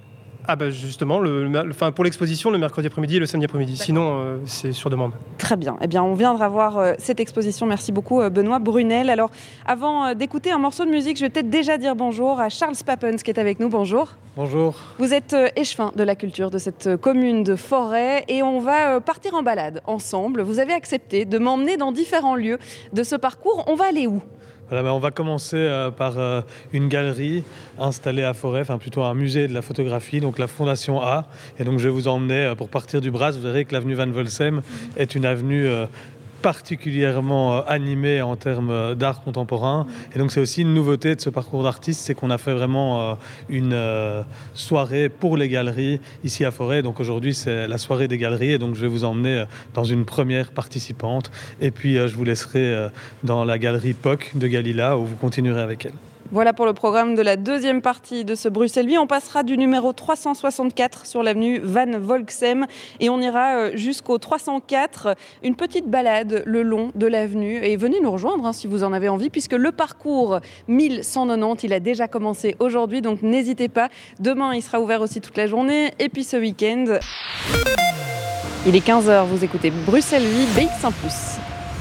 Ah bah justement, le, le, enfin pour l'exposition, le mercredi après-midi et le samedi après-midi. D'accord. Sinon, euh, c'est sur demande. Très bien. Eh bien, on viendra voir euh, cette exposition. Merci beaucoup, euh, Benoît Brunel. Alors, avant euh, d'écouter un morceau de musique, je vais peut-être déjà dire bonjour à Charles Papens qui est avec nous. Bonjour. Bonjour. Vous êtes euh, échevin de la culture de cette euh, commune de Forêt et on va euh, partir en balade ensemble. Vous avez accepté de m'emmener dans différents lieux de ce parcours. On va aller où ? Voilà, ben on va commencer euh, par euh, une galerie installée à Forêt, enfin plutôt un musée de la photographie, donc la Fondation A. Et donc je vais vous emmener euh, pour partir du Brasse. Vous verrez que l'avenue Van Volsem est une avenue euh, particulièrement euh, animée en termes euh, d'art contemporain. Et donc c'est aussi une nouveauté de ce parcours d'artiste, c'est qu'on a fait vraiment euh, une euh, soirée pour les galeries ici à Forêt. Donc aujourd'hui c'est la soirée des galeries et donc je vais vous emmener euh, dans une première participante. Et puis euh, je vous laisserai euh, dans la galerie P O C de Galila où vous continuerez avec elle. Voilà pour le programme de la deuxième partie de ce Bruxelles-Vie. On passera du numéro trois cent soixante-quatre sur l'avenue Van Volksem et on ira jusqu'au trois cent quatre, une petite balade le long de l'avenue. Et venez nous rejoindre hein, si vous en avez envie, puisque le parcours mille cent quatre-vingt-dix, il a déjà commencé aujourd'hui, donc n'hésitez pas. Demain, il sera ouvert aussi toute la journée et puis ce week-end... Il est quinze heures, vous écoutez Bruxelles Vie, B X un plus.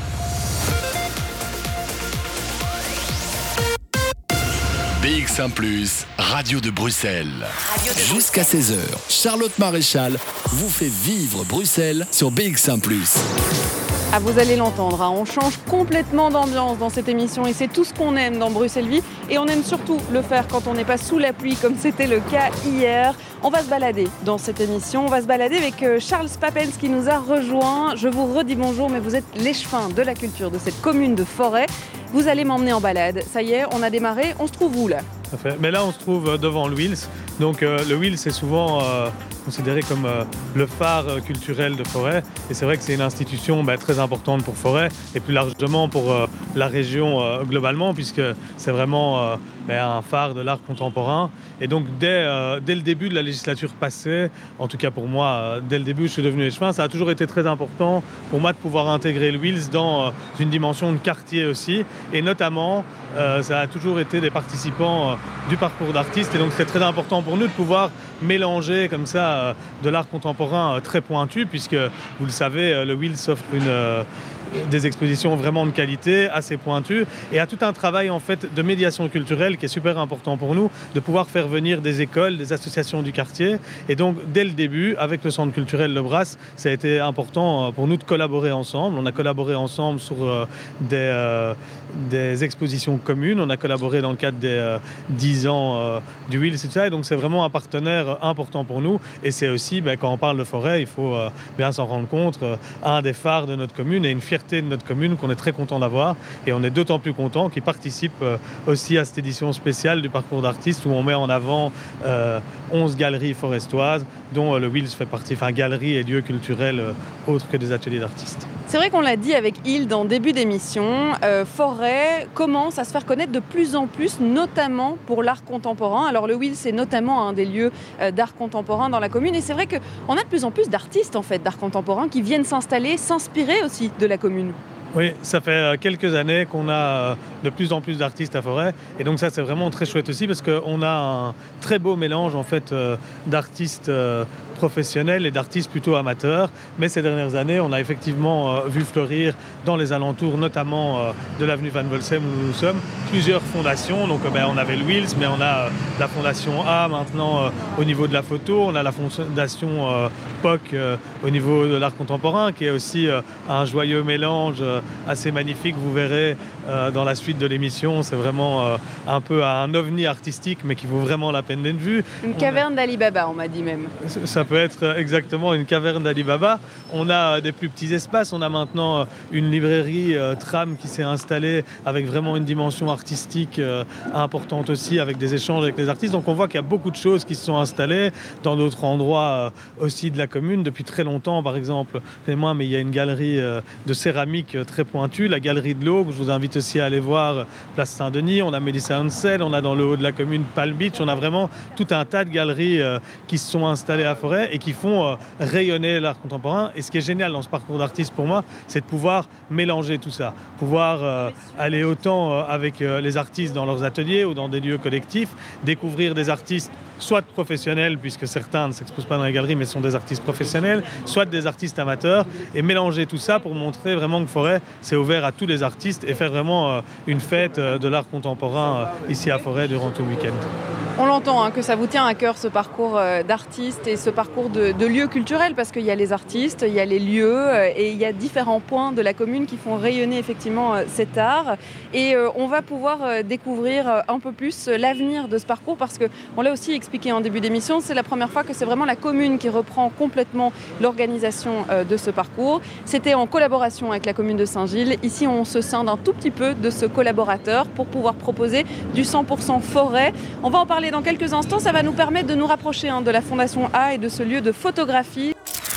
B X un plus, radio de Bruxelles. Radio de Jusqu'à seize heures, Charlotte Maréchal vous fait vivre Bruxelles sur B X un plus. Ah, vous allez l'entendre, hein, on change complètement d'ambiance dans cette émission et c'est tout ce qu'on aime dans Bruxelles Vie. Et on aime surtout le faire quand on n'est pas sous la pluie comme c'était le cas hier. On va se balader dans cette émission, on va se balader avec Charles Papens qui nous a rejoint. Je vous redis bonjour, mais vous êtes l'échevin de la culture de cette commune de Forêt. Vous allez m'emmener en balade. Ça y est, on a démarré, on se trouve où là ? Mais là, on se trouve devant le Wills. Donc euh, le Wills est souvent euh, considéré comme euh, le phare culturel de Forêt. Et c'est vrai que c'est une institution bah, très importante pour Forêt et plus largement pour euh, la région euh, globalement, puisque c'est vraiment euh, bah, un phare de l'art contemporain. Et donc dès, euh, dès le début de la législature passée, en tout cas pour moi, euh, dès le début je suis devenu échevin, ça a toujours été très important pour moi de pouvoir intégrer le Wills dans euh, une dimension de quartier aussi. Et notamment, euh, ça a toujours été des participants euh, du parcours d'artiste. Et donc c'est très important pour nous de pouvoir mélanger comme ça euh, de l'art contemporain euh, très pointu, puisque vous le savez, euh, le Wills offre une... Euh, des expositions vraiment de qualité, assez pointues, et à tout un travail en fait de médiation culturelle qui est super important pour nous, de pouvoir faire venir des écoles, des associations du quartier. Et donc dès le début, avec le centre culturel Le Brasse, ça a été important pour nous de collaborer ensemble. On a collaboré ensemble sur euh, des, euh, des expositions communes, on a collaboré dans le cadre des euh, dix ans euh, du Wills et tout ça, et donc c'est vraiment un partenaire important pour nous. Et c'est aussi, ben, quand on parle de Forêt, il faut euh, bien s'en rendre compte, euh, un des phares de notre commune et une fierté de notre commune qu'on est très content d'avoir, et on est d'autant plus content qu'ils participent euh, aussi à cette édition spéciale du parcours d'artistes où on met en avant euh, onze galeries forestoises dont euh, le Wills fait partie, enfin galeries et lieux culturels euh, autres que des ateliers d'artistes. C'est vrai qu'on l'a dit avec Hilde en début d'émission, euh, Forêt commence à se faire connaître de plus en plus, notamment pour l'art contemporain. Alors le Wills c'est notamment un des lieux euh, d'art contemporain dans la commune, et c'est vrai qu'on a de plus en plus d'artistes en fait d'art contemporain qui viennent s'installer, s'inspirer aussi de la commune. Oui, ça fait quelques années qu'on a de plus en plus d'artistes à Forêt, et donc ça c'est vraiment très chouette aussi parce qu'on a un très beau mélange en fait d'artistes professionnels et d'artistes plutôt amateurs. Mais ces dernières années, on a effectivement vu fleurir dans les alentours, notamment de l'avenue Van Volsem où nous sommes, plusieurs fondations. Donc ben, on avait le Wills, mais on a la fondation A maintenant au niveau de la photo, on a la fondation P O C au niveau de l'art contemporain qui est aussi un joyeux mélange assez magnifique, vous verrez euh, dans la suite de l'émission. C'est vraiment euh, un peu un ovni artistique, mais qui vaut vraiment la peine d'être vu. Une caverne a... d'Ali Baba, on m'a dit même. Ça peut être exactement une caverne d'Ali Baba. On a des plus petits espaces. On a maintenant une librairie euh, Tram qui s'est installée avec vraiment une dimension artistique euh, importante aussi, avec des échanges avec les artistes. Donc on voit qu'il y a beaucoup de choses qui se sont installées dans d'autres endroits euh, aussi de la commune depuis très longtemps. Par exemple, c'est moi, mais il y a une galerie euh, de céramique très pointue, la galerie de l'Aube. Je vous invite aussi à aller voir Place Saint-Denis. On a Melissa Hansel, on a dans le haut de la commune Palm Beach. On a vraiment tout un tas de galeries euh, qui se sont installées à Forêt et qui font euh, rayonner l'art contemporain. Et ce qui est génial dans ce parcours d'artiste pour moi, c'est de pouvoir mélanger tout ça, pouvoir euh, aller autant euh, avec euh, les artistes dans leurs ateliers ou dans des lieux collectifs, découvrir des artistes soit professionnels, puisque certains ne s'exposent pas dans les galeries, mais sont des artistes professionnels, soit des artistes amateurs, et mélanger tout ça pour montrer vraiment que Forêt, c'est ouvert à tous les artistes et faire vraiment euh, une fête euh, de l'art contemporain euh, ici à Forêt durant tout le week-end. On l'entend hein, que ça vous tient à cœur ce parcours euh, d'artistes et ce parcours de, de lieux culturels, parce qu'il y a les artistes, il y a les lieux euh, et il y a différents points de la commune qui font rayonner effectivement euh, cet art. Et euh, on va pouvoir euh, découvrir euh, un peu plus euh, l'avenir de ce parcours, parce qu'on l'a aussi expliqué en début d'émission, c'est la première fois que c'est vraiment la commune qui reprend complètement l'organisation euh, de ce parcours. C'était en collaboration avec la commune de Saint-Gilles. Ici, on se scinde un tout petit peu de ce collaborateur pour pouvoir proposer du cent pour cent Forêt. On va en parler dans quelques instants, ça va nous permettre de nous rapprocher hein, de la Fondation A et de ce lieu de photographie.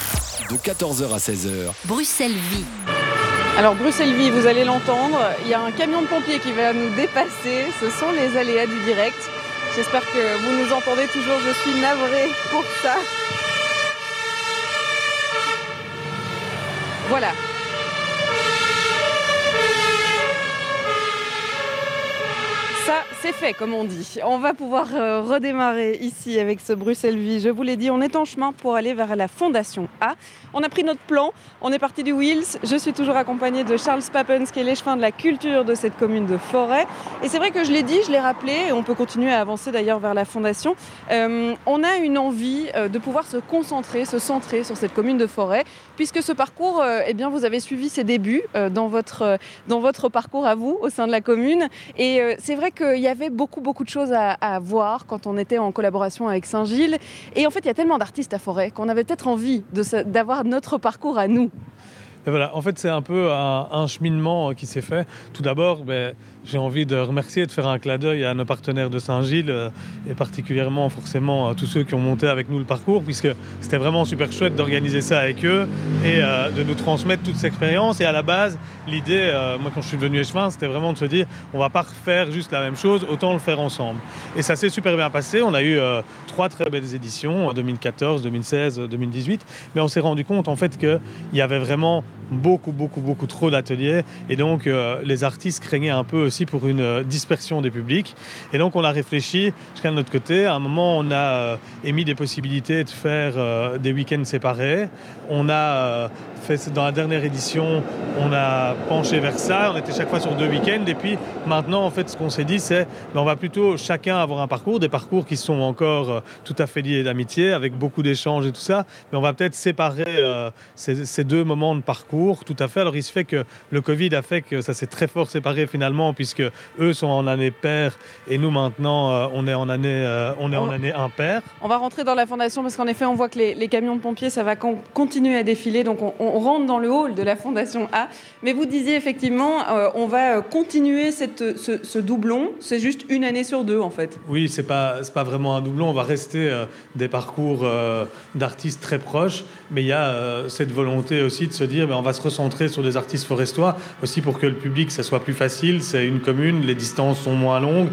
De quatorze heures à seize heures. Bruxelles Vie. Alors Bruxelles Vie, vous allez l'entendre, il y a un camion de pompiers qui va nous dépasser, ce sont les aléas du direct. J'espère que vous nous entendez toujours, je suis navrée pour ça. Voilà. Ça, c'est fait, comme on dit. On va pouvoir euh, redémarrer ici avec ce Bruxelles Vie. Je vous l'ai dit, on est en chemin pour aller vers la Fondation A. On a pris notre plan, on est parti du Wheels. Je suis toujours accompagnée de Charles Pappens, qui est l'échevin de la culture de cette commune de Forêt. Et c'est vrai que je l'ai dit, je l'ai rappelé, et on peut continuer à avancer d'ailleurs vers la Fondation. Euh, on a une envie euh, de pouvoir se concentrer, se centrer sur cette commune de Forêt, puisque ce parcours, euh, eh bien, vous avez suivi ses débuts euh, dans, votre, euh, dans votre parcours à vous, au sein de la commune. Et euh, c'est vrai qu'il y avait beaucoup, beaucoup de choses à, à voir quand on était en collaboration avec Saint-Gilles. Et en fait, il y a tellement d'artistes à Forêt qu'on avait peut-être envie de se, d'avoir notre parcours à nous. Et voilà, en fait, c'est un peu un, un cheminement qui s'est fait. Tout d'abord, ben, j'ai envie de remercier et de faire un clin d'œil à nos partenaires de Saint-Gilles euh, et particulièrement, forcément, à tous ceux qui ont monté avec nous le parcours, puisque c'était vraiment super chouette d'organiser ça avec eux et euh, de nous transmettre toute cette expérience. Et à la base, l'idée, euh, moi, quand je suis devenu échevin, c'était vraiment de se dire on va pas refaire juste la même chose, autant le faire ensemble. Et ça s'est super bien passé. On a eu euh, trois très belles éditions, en deux mille quatorze, deux mille seize, deux mille dix-huit. Mais on s'est rendu compte, en fait, qu'il y avait vraiment beaucoup, beaucoup, beaucoup trop d'ateliers. Et donc, euh, les artistes craignaient un peu aussi pour une euh, dispersion des publics. Et donc, on a réfléchi chacun de notre côté. À un moment, on a euh, émis des possibilités de faire euh, des week-ends séparés. On a euh, fait, dans la dernière édition, on a penché vers ça. On était chaque fois sur deux week-ends. Et puis, maintenant, en fait, ce qu'on s'est dit, c'est ben, on va plutôt chacun avoir un parcours, des parcours qui sont encore euh, tout à fait liés d'amitié, avec beaucoup d'échanges et tout ça. Mais on va peut-être séparer euh, ces, ces deux moments de parcours. Tout à fait. Alors, il se fait que le Covid a fait que ça s'est très fort séparé finalement, puisque eux sont en année paire et nous maintenant euh, on est en année euh, on est on... en année impaire. On va rentrer dans la fondation parce qu'en effet on voit que les, les camions de pompiers ça va con- continuer à défiler, donc on, on rentre dans le hall de la fondation A. Mais vous disiez effectivement euh, on va continuer cette, ce, ce doublon. C'est juste une année sur deux en fait. Oui, c'est pas c'est pas vraiment un doublon. On va rester euh, des parcours euh, d'artistes très proches, mais il y a euh, cette volonté aussi de se dire ben, on va se recentrer sur des artistes forestois aussi pour que le public ça soit plus facile. C'est une commune, les distances sont moins longues.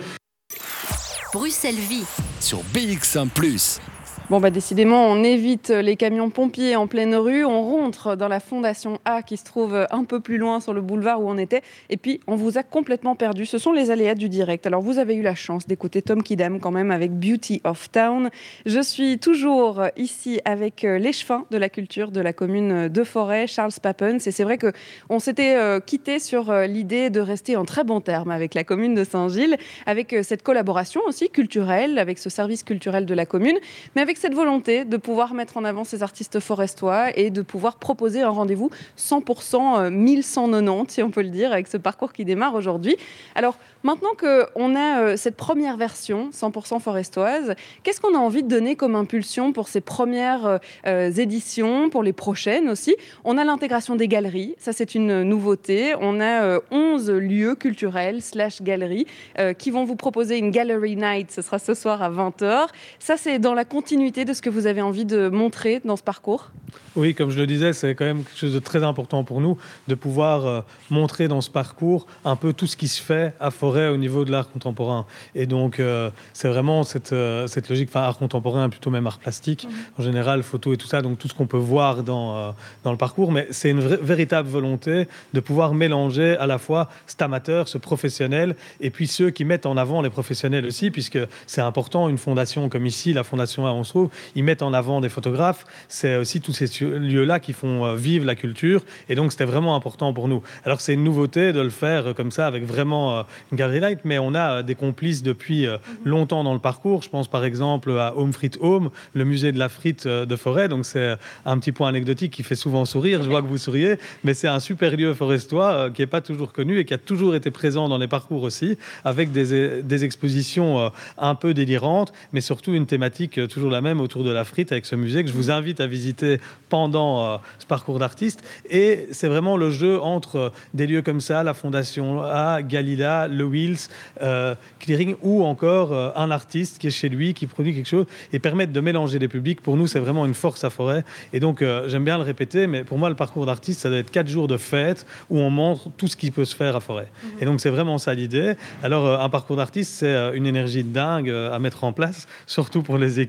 Bruxelles Vie sur B X un plus. Bon bah décidément on évite les camions pompiers en pleine rue, on rentre dans la Fondation A qui se trouve un peu plus loin sur le boulevard où on était et puis on vous a complètement perdu. Ce sont les aléas du direct. Alors vous avez eu la chance d'écouter Tom Kidam quand même avec Beauty of Town. Je suis toujours ici avec l'échevin de la culture de la commune de Forêt, Charles Pappens, et c'est vrai qu'on s'était euh, quitté sur euh, l'idée de rester en très bons termes avec la commune de Saint-Gilles, avec euh, cette collaboration aussi culturelle, avec ce service culturel de la commune, mais avec cette volonté de pouvoir mettre en avant ces artistes forestois et de pouvoir proposer un rendez-vous cent pour cent mille cent quatre-vingt-dix, si on peut le dire, avec ce parcours qui démarre aujourd'hui. Alors, maintenant qu'on a cette première version cent pour cent forestoise, qu'est-ce qu'on a envie de donner comme impulsion pour ces premières euh, éditions, pour les prochaines aussi? On a l'intégration des galeries, ça c'est une nouveauté. On a euh, onze lieux culturels slash galeries euh, qui vont vous proposer une Gallery Night, ce sera ce soir à vingt heures. Ça c'est dans la continuité de ce que vous avez envie de montrer dans ce parcours? Oui, comme je le disais, c'est quand même quelque chose de très important pour nous de pouvoir euh, montrer dans ce parcours un peu tout ce qui se fait à Forêt au niveau de l'art contemporain. Et donc, euh, c'est vraiment cette, euh, cette logique, enfin art contemporain, plutôt même art plastique, mmh. en général, photo et tout ça, donc tout ce qu'on peut voir dans, euh, dans le parcours. Mais c'est une vraie, véritable volonté de pouvoir mélanger à la fois cet amateur, ce professionnel, et puis ceux qui mettent en avant les professionnels aussi, puisque c'est important, une fondation comme ici, la Fondation A, on se trouve, ils mettent en avant des photographes. C'est aussi tous ces lieux-là qui font vivre la culture, et donc c'était vraiment important pour nous. Alors c'est une nouveauté de le faire comme ça avec vraiment une Gallery Night, mais on a des complices depuis longtemps dans le parcours. Je pense par exemple à Home Frite Home, le musée de la frite de Forêt, donc c'est un petit point anecdotique qui fait souvent sourire, je vois que vous souriez, mais c'est un super lieu forestois qui n'est pas toujours connu et qui a toujours été présent dans les parcours aussi, avec des, des expositions un peu délirantes, mais surtout une thématique toujours la même autour de la frite avec ce musée que je vous invite à visiter pendant euh, ce parcours d'artiste. Et c'est vraiment le jeu entre euh, des lieux comme ça, la Fondation A, Galila, le Wheels, euh, Clearing, ou encore euh, un artiste qui est chez lui, qui produit quelque chose, et permettre de mélanger les publics. Pour nous, c'est vraiment une force à Forêt. Et donc, euh, j'aime bien le répéter, mais pour moi, le parcours d'artiste, ça doit être quatre jours de fête où on montre tout ce qui peut se faire à Forêt. Mmh. Et donc, c'est vraiment ça l'idée. Alors, euh, un parcours d'artiste, c'est euh, une énergie dingue euh, à mettre en place, surtout pour les équipes que je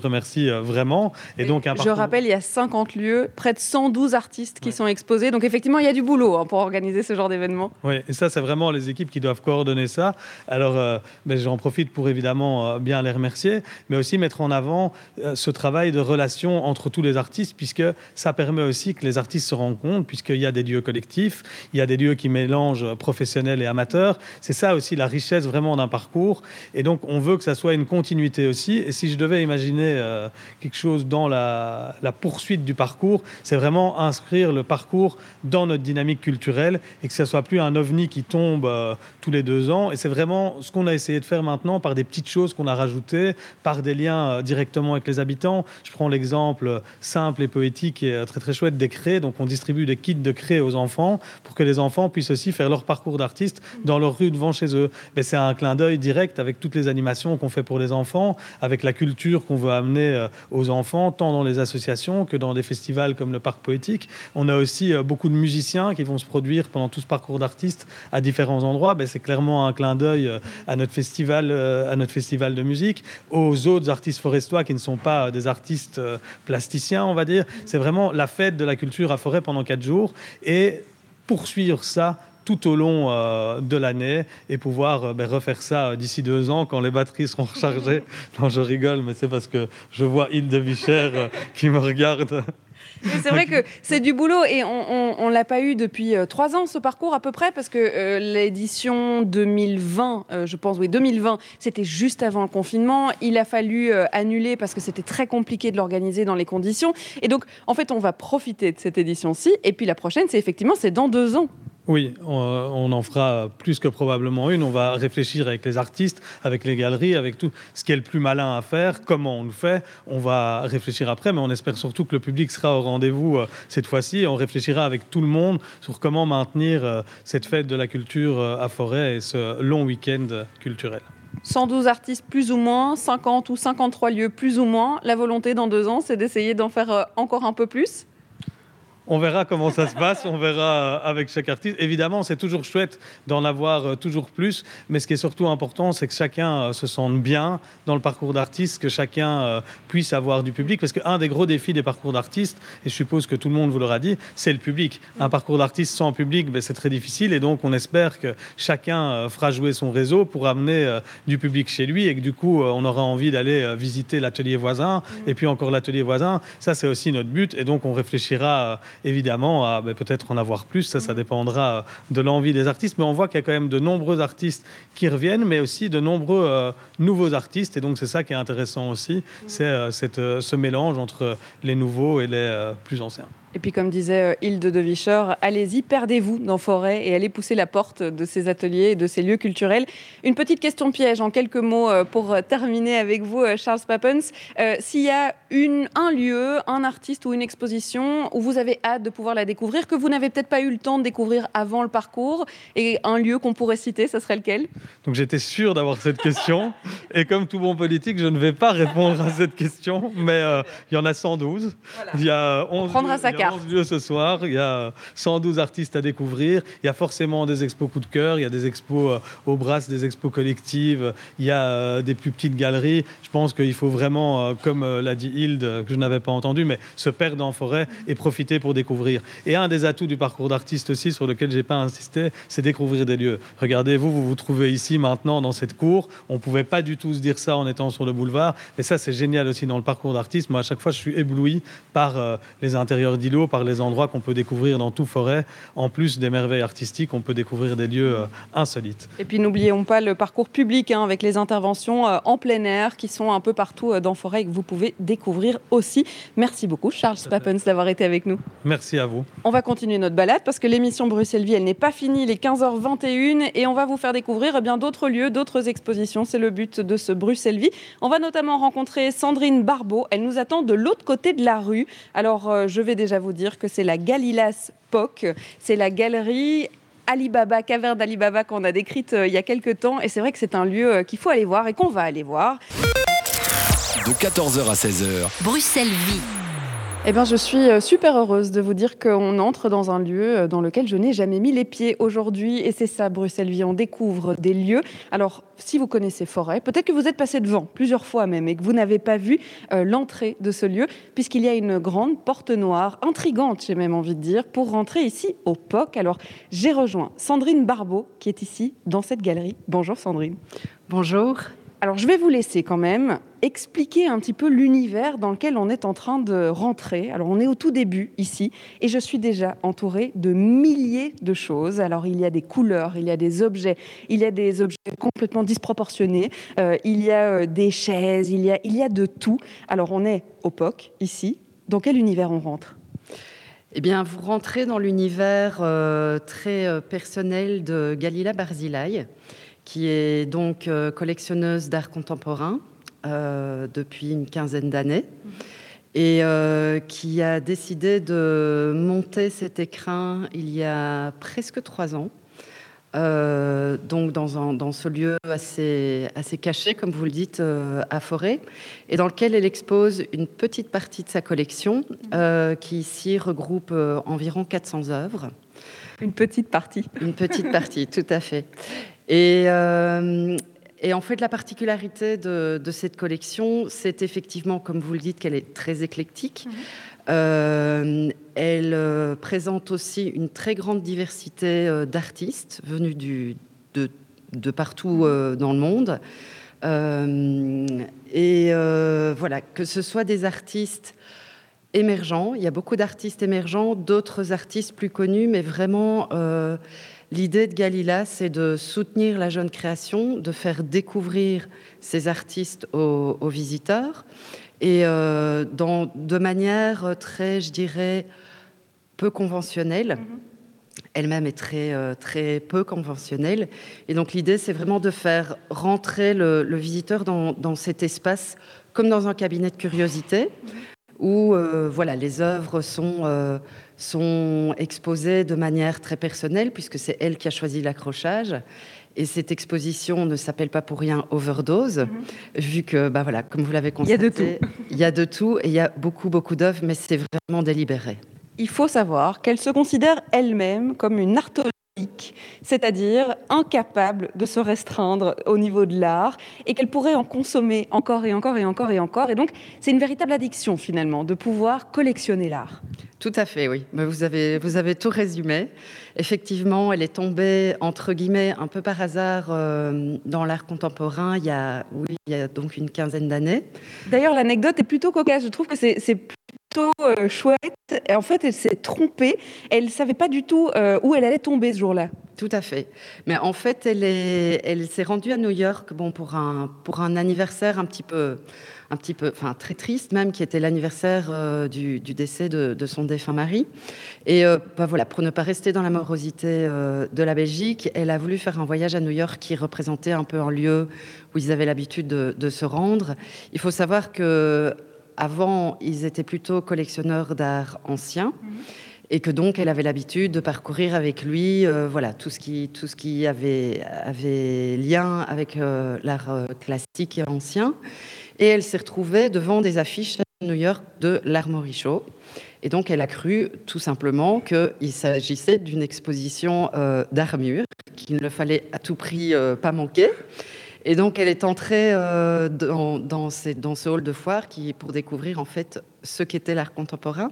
remercie euh, vraiment. Et donc, un je parcours... rappelle, il y a cinquante lieux, près de cent douze artistes qui ouais. sont exposés. Donc effectivement, il y a du boulot hein, pour organiser ce genre d'événement. Oui, et ça, c'est vraiment les équipes qui doivent coordonner ça. Alors, euh, ben, j'en profite pour évidemment euh, bien les remercier, mais aussi mettre en avant euh, ce travail de relation entre tous les artistes, puisque ça permet aussi que les artistes se rencontrent, puisqu'il y a des lieux collectifs, il y a des lieux qui mélangent professionnels et amateurs. C'est ça aussi la richesse vraiment d'un parcours. Et donc, on veut que ça soit une continuité aussi. Et si je devais imaginer euh, quelque chose dans la, la poursuite du parcours, c'est vraiment inscrire le parcours dans notre dynamique culturelle et que ça ne soit plus un ovni qui tombe euh, tous les deux ans. Et c'est vraiment ce qu'on a essayé de faire maintenant par des petites choses qu'on a rajoutées, par des liens euh, directement avec les habitants. Je prends l'exemple simple et poétique et euh, très très chouette des crês. Donc on distribue des kits de crês aux enfants pour que les enfants puissent aussi faire leur parcours d'artiste dans leur rue devant chez eux. Mais c'est un clin d'œil direct avec toutes les animations qu'on fait pour les enfants, avec la culture qu'on veut amener euh, aux enfants, tant dans les associations que dans des festivals comme le Parc Poétique. On a aussi euh, beaucoup de musiciens qui vont se produire pendant tout ce parcours d'artistes à différents endroits. Ben, c'est clairement un clin d'œil euh, à notre festival, euh, à notre festival de musique, aux autres artistes forestois qui ne sont pas euh, des artistes euh, plasticiens, on va dire. C'est vraiment la fête de la culture à Forêt pendant quatre jours et poursuivre ça tout au long euh, de l'année et pouvoir euh, ben, refaire ça euh, d'ici deux ans quand les batteries seront rechargées. Non, je rigole, mais c'est parce que je vois Hilde de Vichère euh, qui me regarde. Mais c'est vrai que c'est du boulot et on ne l'a pas eu depuis euh, trois ans ce parcours à peu près parce que euh, l'édition deux mille vingt, euh, je pense, oui, deux mille vingt, c'était juste avant le confinement. Il a fallu euh, annuler parce que c'était très compliqué de l'organiser dans les conditions. Et donc, en fait, on va profiter de cette édition-ci. Et puis la prochaine, c'est effectivement, c'est dans deux ans. Oui, on, on en fera plus que probablement une. On va réfléchir avec les artistes, avec les galeries, avec tout ce qui est le plus malin à faire, comment on le fait. On va réfléchir après, mais on espère surtout que le public sera au rendez-vous euh, cette fois-ci. On réfléchira avec tout le monde sur comment maintenir euh, cette fête de la culture euh, à Forêt et ce long week-end culturel. cent douze artistes plus ou moins, cinquante ou cinquante-trois lieux plus ou moins. La volonté dans deux ans, c'est d'essayer d'en faire euh, encore un peu plus. On verra comment ça se passe, on verra avec chaque artiste. Évidemment, c'est toujours chouette d'en avoir toujours plus, mais ce qui est surtout important, c'est que chacun se sente bien dans le parcours d'artiste, que chacun puisse avoir du public, parce qu'un des gros défis des parcours d'artistes, et je suppose que tout le monde vous l'aura dit, c'est le public. Un parcours d'artiste sans public, ben, c'est très difficile, et donc on espère que chacun fera jouer son réseau pour amener du public chez lui, et que du coup, on aura envie d'aller visiter l'atelier voisin, et puis encore l'atelier voisin. Ça, c'est aussi notre but, et donc on réfléchira évidemment à ben, peut-être en avoir plus, ça, ça dépendra de l'envie des artistes, mais on voit qu'il y a quand même de nombreux artistes qui reviennent, mais aussi de nombreux euh, nouveaux artistes, et donc c'est ça qui est intéressant aussi, c'est euh, cette, euh, ce mélange entre les nouveaux et les euh, plus anciens. Et puis, comme disait Hilde de Vicheur, allez-y, perdez-vous dans Forêt et allez pousser la porte de ces ateliers et de ces lieux culturels. Une petite question piège en quelques mots pour terminer avec vous, Charles Spappens. Euh, s'il y a une, un lieu, un artiste ou une exposition où vous avez hâte de pouvoir la découvrir, que vous n'avez peut-être pas eu le temps de découvrir avant le parcours, et un lieu qu'on pourrait citer, ça serait lequel ? Donc j'étais sûr d'avoir cette question. Et comme tout bon politique, je ne vais pas répondre à cette question, mais euh, il y en a cent douze. Voilà. Il y a onze lieux, onze lieux ce soir. Il y a cent douze artistes à découvrir. Il y a forcément des expos coup de cœur. Il y a des expos euh, au Brass, des expos collectives. Il y a euh, des plus petites galeries. Je pense qu'il faut vraiment, euh, comme euh, l'a dit Hilde, que je n'avais pas entendu, mais se perdre en forêt et profiter pour découvrir. Et un des atouts du parcours d'artiste aussi, sur lequel je n'ai pas insisté, c'est découvrir des lieux. Regardez, vous, vous vous trouvez ici maintenant dans cette cour. On ne pouvait pas du tout se dire ça en étant sur le boulevard. Et ça, c'est génial aussi dans le parcours d'artiste. Moi, à chaque fois, je suis ébloui par euh, les intérieurs d'îlots, par les endroits qu'on peut découvrir dans tout Forêt. En plus des merveilles artistiques, on peut découvrir des lieux euh, insolites. Et puis, n'oublions pas le parcours public hein, avec les interventions euh, en plein air qui sont un peu partout euh, dans Forêt et que vous pouvez découvrir aussi. Merci beaucoup, Charles Spappens, d'avoir été avec nous. Merci à vous. On va continuer notre balade parce que l'émission Bruxelles-Vie, elle n'est pas finie. Il est quinze heures vingt et une et on va vous faire découvrir eh bien, d'autres lieux, d'autres expositions. C'est le but de ce Bruxelles-Vie. On va notamment rencontrer Sandrine Barbeau. Elle nous attend de l'autre côté de la rue. Alors, euh, je vais déjà vous dire que c'est la Galilas P O C. C'est la galerie Alibaba, caverne d'Alibaba qu'on a décrite euh, il y a quelques temps. Et c'est vrai que c'est un lieu euh, qu'il faut aller voir et qu'on va aller voir. De quatorze heures à seize heures. Bruxelles-Vie. Eh bien, je suis super heureuse de vous dire qu'on entre dans un lieu dans lequel je n'ai jamais mis les pieds aujourd'hui. Et c'est ça, Bruxelles Vie, on découvre des lieux. Alors, si vous connaissez Forêt, peut-être que vous êtes passé devant, plusieurs fois même, et que vous n'avez pas vu euh, l'entrée de ce lieu, puisqu'il y a une grande porte noire, intrigante, j'ai même envie de dire, pour rentrer ici au P O C. Alors, j'ai rejoint Sandrine Barbeau, qui est ici, dans cette galerie. Bonjour Sandrine. Bonjour. Alors, je vais vous laisser quand même expliquer un petit peu l'univers dans lequel on est en train de rentrer. Alors, on est au tout début ici et je suis déjà entourée de milliers de choses. Alors, il y a des couleurs, il y a des objets, il y a des objets complètement disproportionnés, euh, il y a euh, des chaises, il y a, il y a de tout. Alors, on est au P O C ici. Dans quel univers on rentre ? Eh bien, vous rentrez dans l'univers euh, très euh, personnel de Galila Barzilai, qui est donc euh, collectionneuse d'art contemporain euh, depuis une quinzaine d'années et euh, qui a décidé de monter cet écrin il y a presque trois ans, euh, donc dans, un, dans ce lieu assez, assez caché, comme vous le dites, euh, à Forêt, et dans lequel elle expose une petite partie de sa collection euh, qui ici regroupe euh, environ quatre cents œuvres. Une petite partie. Une petite partie, tout à fait. Et, euh, et en fait, la particularité de, de cette collection, c'est effectivement, comme vous le dites, qu'elle est très éclectique. Mmh. Euh, elle euh, présente aussi une très grande diversité euh, d'artistes venus du, de, de partout euh, dans le monde. Euh, et euh, voilà, que ce soit des artistes émergents, il y a beaucoup d'artistes émergents, d'autres artistes plus connus, mais vraiment... Euh, L'idée de Galila, c'est de soutenir la jeune création, de faire découvrir ces artistes aux, aux visiteurs, et euh, dans, de manière très, je dirais, peu conventionnelle. Mm-hmm. Elle-même est très, euh, très peu conventionnelle. Et donc l'idée, c'est vraiment de faire rentrer le, le visiteur dans, dans cet espace, comme dans un cabinet de curiosité, mm-hmm. où euh, voilà, les œuvres sont... Euh, sont exposées de manière très personnelle, puisque c'est elle qui a choisi l'accrochage. Et cette exposition ne s'appelle pas pour rien Overdose, mmh. vu que, bah voilà, comme vous l'avez constaté, il y a de tout. Il y a de tout et il y a beaucoup, beaucoup d'œuvres, mais c'est vraiment délibéré. Il faut savoir qu'elle se considère elle-même comme une artologique, c'est-à-dire incapable de se restreindre au niveau de l'art et qu'elle pourrait en consommer encore et encore et encore et encore. Et donc, c'est une véritable addiction, finalement, de pouvoir collectionner l'art. Tout à fait, oui. Vous avez, vous avez tout résumé. Effectivement, elle est tombée, entre guillemets, un peu par hasard euh, dans l'art contemporain il y a, oui, il y a donc une quinzaine d'années. D'ailleurs, l'anecdote est plutôt cocasse. Je trouve que c'est, c'est plutôt euh, chouette. Et en fait, elle s'est trompée. Elle ne savait pas du tout euh, où elle allait tomber ce jour-là. Tout à fait. Mais en fait, elle, est, elle s'est rendue à New York bon, pour, un, pour un anniversaire un petit peu... un petit peu, enfin très triste même, qui était l'anniversaire euh, du, du décès de, de son défunt mari. Et euh, bah voilà, pour ne pas rester dans la morosité euh, de la Belgique, elle a voulu faire un voyage à New York qui représentait un peu un lieu où ils avaient l'habitude de, de se rendre. Il faut savoir que avant, ils étaient plutôt collectionneurs d'art ancien. Mmh. Et que donc, elle avait l'habitude de parcourir avec lui euh, voilà, tout ce qui, tout ce qui avait, avait lien avec euh, l'art euh, classique et ancien. Et elle s'est retrouvée devant des affiches à New York de l'Armory Show. Et donc, elle a cru tout simplement qu'il s'agissait d'une exposition euh, d'armure, qu'il ne fallait à tout prix euh, pas manquer. Et donc, elle est entrée euh, dans, dans, ces, dans ce hall de foire qui, pour découvrir en fait ce qu'était l'art contemporain.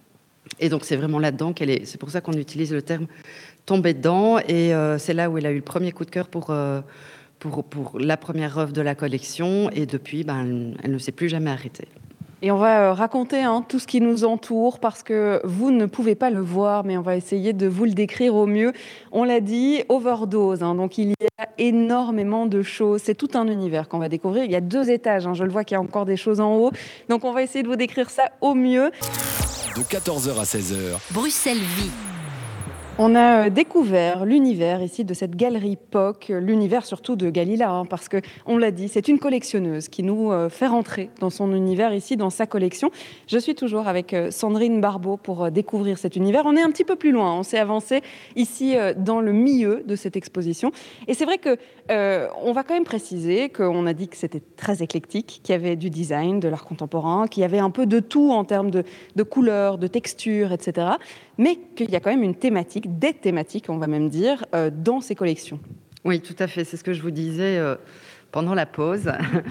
Et donc, c'est vraiment là-dedans qu'elle est. C'est pour ça qu'on utilise le terme tomber dedans. Et euh, c'est là où elle a eu le premier coup de cœur pour, euh, pour, pour la première œuvre de la collection. Et depuis, ben, elle, elle ne s'est plus jamais arrêtée. Et on va raconter hein, tout ce qui nous entoure parce que vous ne pouvez pas le voir, mais on va essayer de vous le décrire au mieux. On l'a dit, Overdose. Hein, donc, il y a énormément de choses. C'est tout un univers qu'on va découvrir. Il y a deux étages. Hein, je le vois qu'il y a encore des choses en haut. Donc, on va essayer de vous décrire ça au mieux. De quatorze heures à seize heures. Bruxelles Vie. On a découvert l'univers ici de cette galerie P O C, l'univers surtout de Galila, hein, parce que on l'a dit, c'est une collectionneuse qui nous fait rentrer dans son univers ici, dans sa collection. Je suis toujours avec Sandrine Barbeau pour découvrir cet univers. On est un petit peu plus loin, on s'est avancé ici dans le milieu de cette exposition. Et c'est vrai que euh, on va quand même préciser qu'on a dit que c'était très éclectique, qu'il y avait du design, de l'art contemporain, qu'il y avait un peu de tout en termes de, de couleurs, de textures, et cetera. Mais qu'il y a quand même une thématique, des thématiques, on va même dire, euh, dans ces collections. Oui, tout à fait. C'est ce que je vous disais euh, pendant la pause.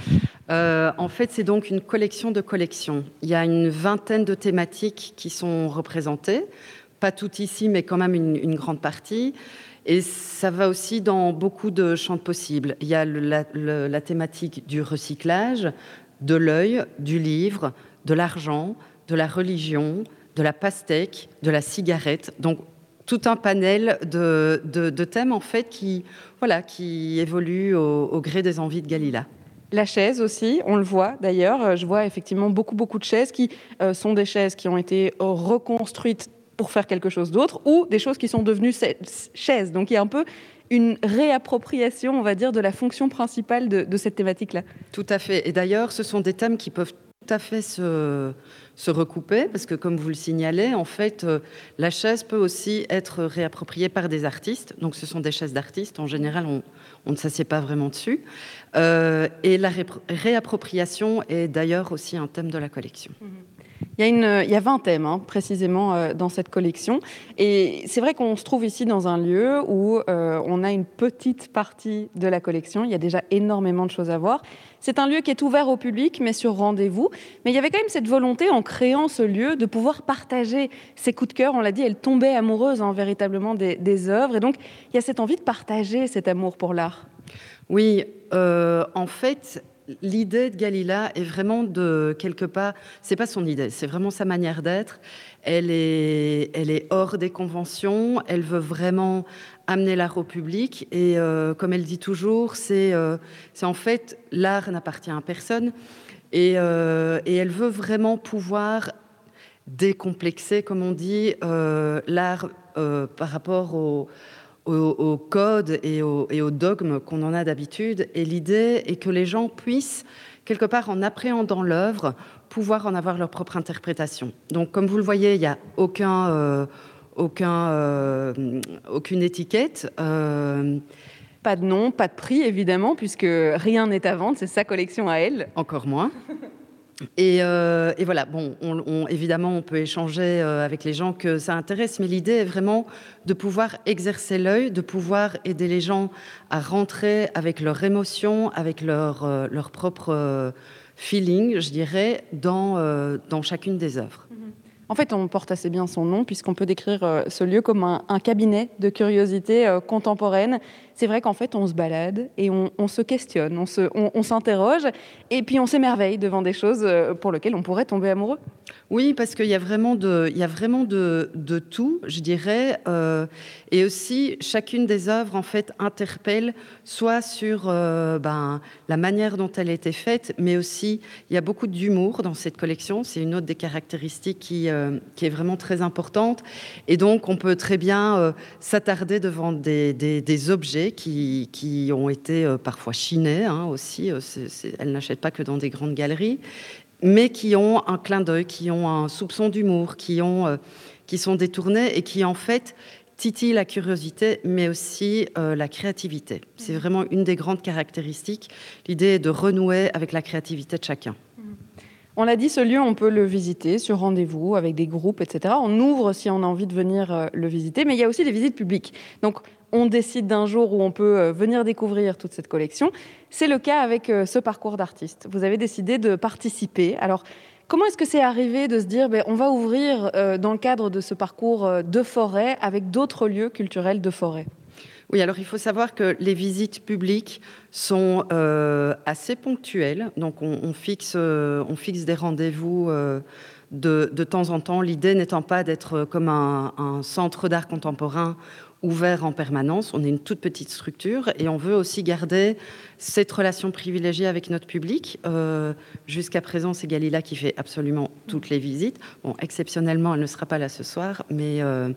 euh, en fait, c'est donc une collection de collections. Il y a une vingtaine de thématiques qui sont représentées. Pas toutes ici, mais quand même une, une grande partie. Et ça va aussi dans beaucoup de champs possibles. Il y a le, la, le, la thématique du recyclage, de l'œil, du livre, de l'argent, de la religion, de la pastèque, de la cigarette. Donc, tout un panel de, de, de thèmes, en fait, qui, voilà, qui évoluent au, au gré des envies de Galila. La chaise aussi, on le voit d'ailleurs. Je vois effectivement beaucoup, beaucoup de chaises qui euh, sont des chaises qui ont été reconstruites pour faire quelque chose d'autre, ou des choses qui sont devenues chaises. Donc il y a un peu une réappropriation, on va dire, de la fonction principale de, de cette thématique-là. Tout à fait. Et d'ailleurs, ce sont des thèmes qui peuvent tout à fait se, se recouper, parce que comme vous le signalez, en fait, euh, la chaise peut aussi être réappropriée par des artistes. Donc ce sont des chaises d'artistes. En général, on, on ne s'assied pas vraiment dessus. Euh, et la ré- réappropriation est d'ailleurs aussi un thème de la collection. Mmh. Il y a, une, il y a vingt thèmes, hein, précisément, euh, dans cette collection. Et c'est vrai qu'on se trouve ici dans un lieu où euh, on a une petite partie de la collection. Il y a déjà énormément de choses à voir. C'est un lieu qui est ouvert au public, mais sur rendez-vous. Mais il y avait quand même cette volonté, en créant ce lieu, de pouvoir partager ses coups de cœur. On l'a dit, elle tombait amoureuse, hein, véritablement, des, des œuvres. Et donc, il y a cette envie de partager cet amour pour l'art. Oui, euh, en fait... L'idée de Galila est vraiment de, quelque part, c'est pas son idée, c'est vraiment sa manière d'être. Elle est, elle est hors des conventions, elle veut vraiment amener l'art au public. Et euh, comme elle dit toujours, c'est, euh, c'est en fait, l'art n'appartient à personne. Et, euh, et elle veut vraiment pouvoir décomplexer, comme on dit, euh, l'art euh, par rapport au... Au, au code et au, et au dogme qu'on en a d'habitude. Et l'idée est que les gens puissent, quelque part, en appréhendant l'œuvre, pouvoir en avoir leur propre interprétation. Donc, comme vous le voyez, il n'y a aucun, euh, aucun, euh, aucune étiquette. Euh, pas de nom, pas de prix, évidemment, puisque rien n'est à vendre, c'est sa collection à elle. Encore moins. Et, euh, et voilà, bon, on, on, évidemment, on peut échanger euh, avec les gens que ça intéresse, mais l'idée est vraiment de pouvoir exercer l'œil, de pouvoir aider les gens à rentrer avec leur émotion, avec leur, euh, leur propre euh, feeling, je dirais, dans, euh, dans chacune des œuvres. En fait, on porte assez bien son nom, puisqu'on peut décrire euh, ce lieu comme un, un cabinet de curiosité euh, contemporaine. C'est vrai qu'en fait, on se balade et on, on se questionne, on, se, on, on s'interroge, et puis on s'émerveille devant des choses pour lesquelles on pourrait tomber amoureux. Oui, parce qu'il y a vraiment de, il y a vraiment de, de tout, je dirais. Euh, et aussi, chacune des œuvres, en fait, interpelle soit sur euh, ben, la manière dont elle a été faite, mais aussi, il y a beaucoup d'humour dans cette collection. C'est une autre des caractéristiques qui, euh, qui est vraiment très importante. Et donc, on peut très bien euh, s'attarder devant des, des, des objets qui, qui ont été euh, parfois chinés, hein, aussi. C'est, c'est, elles n'achètent pas que dans des grandes galeries, mais qui ont un clin d'œil, qui ont un soupçon d'humour, qui, ont, euh, qui sont détournés et qui, en fait, titillent la curiosité, mais aussi euh, la créativité. C'est vraiment une des grandes caractéristiques. L'idée est de renouer avec la créativité de chacun. On l'a dit, ce lieu, on peut le visiter sur rendez-vous avec des groupes, et cetera. On ouvre si on a envie de venir euh, le visiter, mais il y a aussi des visites publiques. Donc, on décide d'un jour où on peut venir découvrir toute cette collection. C'est le cas avec ce parcours d'artiste. Vous avez décidé de participer. Alors, comment est-ce que c'est arrivé de se dire ben, on va ouvrir euh, dans le cadre de ce parcours de forêt avec d'autres lieux culturels de forêt ? Oui, alors il faut savoir que les visites publiques sont euh, assez ponctuelles. Donc, on, on, fixe, euh, on fixe des rendez-vous euh, de, de temps en temps. L'idée n'étant pas d'être comme un, un centre d'art contemporain ouvert en permanence. On est une toute petite structure et on veut aussi garder cette relation privilégiée avec notre public. Euh, jusqu'à présent, c'est Galila qui fait absolument toutes les visites. Bon, exceptionnellement, elle ne sera pas là ce soir, mais euh,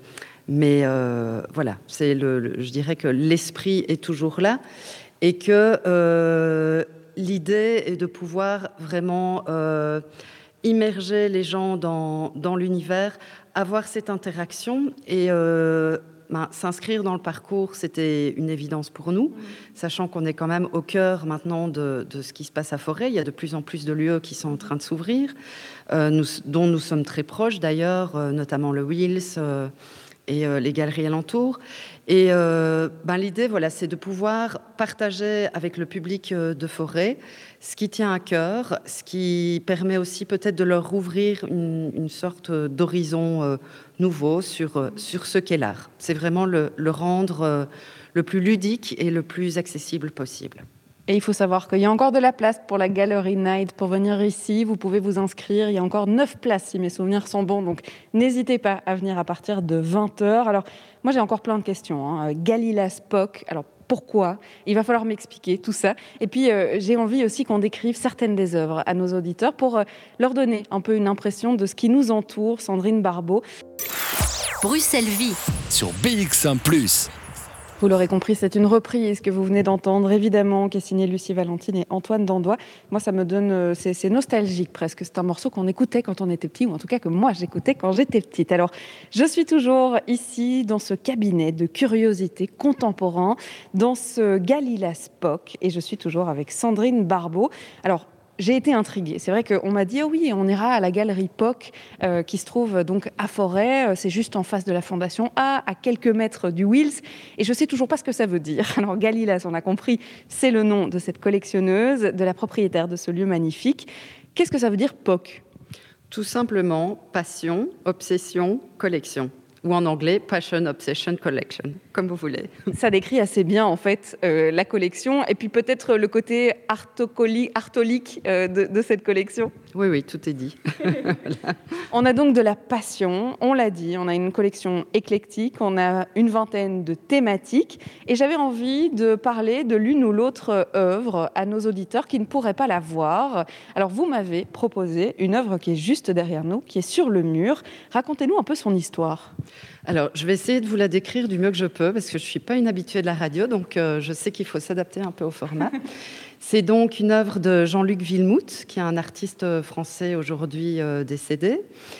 Mais euh, voilà, c'est le, le, je dirais que l'esprit est toujours là et que euh, l'idée est de pouvoir vraiment euh, immerger les gens dans, dans l'univers, avoir cette interaction et euh, ben, s'inscrire dans le parcours, c'était une évidence pour nous, mmh. sachant qu'on est quand même au cœur maintenant de, de ce qui se passe à Forêt. Il y a de plus en plus de lieux qui sont en train de s'ouvrir, euh, nous, dont nous sommes très proches d'ailleurs, euh, notamment le Wheels euh, et euh, les galeries alentours. Et euh, ben, l'idée, voilà, c'est de pouvoir partager avec le public de Forêt ce qui tient à cœur, ce qui permet aussi peut-être de leur ouvrir une, une sorte d'horizon euh, nouveau sur, euh, sur ce qu'est l'art. C'est vraiment le, le rendre euh, le plus ludique et le plus accessible possible. Et il faut savoir qu'il y a encore de la place pour la Gallery Night pour venir ici. Vous pouvez vous inscrire. Il y a encore neuf places si mes souvenirs sont bons. Donc, n'hésitez pas à venir à partir de vingt heures. Alors, moi, j'ai encore plein de questions. Hein. Galila Spock. Alors, pourquoi ? Il va falloir m'expliquer tout ça. Et puis, euh, j'ai envie aussi qu'on décrive certaines des œuvres à nos auditeurs pour euh, leur donner un peu une impression de ce qui nous entoure. Sandrine Barbeau. Bruxelles Vie. Sur B X un plus. Vous l'aurez compris, c'est une reprise que vous venez d'entendre, évidemment, qui est signée Lucie Valentine et Antoine Dandois. Moi, ça me donne... C'est, c'est nostalgique, presque. C'est un morceau qu'on écoutait quand on était petit, ou en tout cas que moi, j'écoutais quand j'étais petite. Alors, je suis toujours ici, dans ce cabinet de curiosité contemporain, dans ce Galila Spock, et je suis toujours avec Sandrine Barbeau. Alors, j'ai été intriguée. C'est vrai qu'on m'a dit oh oui, on ira à la galerie P O C euh, qui se trouve donc à Forêt. C'est juste en face de la Fondation A, à quelques mètres du Wheels. Et je ne sais toujours pas ce que ça veut dire. Alors Galilas, on a compris, c'est le nom de cette collectionneuse, de la propriétaire de ce lieu magnifique. Qu'est-ce que ça veut dire P O C ? Tout simplement passion, obsession, collection. Ou en anglais, Passion, Obsession, Collection, comme vous voulez. Ça décrit assez bien, en fait, euh, la collection, et puis peut-être le côté artocoli- artolique euh, de, de cette collection. Oui, oui, tout est dit. Voilà. On a donc de la passion, on l'a dit, on a une collection éclectique, on a une vingtaine de thématiques, et j'avais envie de parler de l'une ou l'autre œuvre à nos auditeurs qui ne pourraient pas la voir. Alors, vous m'avez proposé une œuvre qui est juste derrière nous, qui est sur le mur. Racontez-nous un peu son histoire. Alors, je vais essayer de vous la décrire du mieux que je peux, parce que je ne suis pas une habituée de la radio, donc euh, je sais qu'il faut s'adapter un peu au format. C'est donc une œuvre de Jean-Luc Villemout, qui est un artiste français aujourd'hui euh, décédé,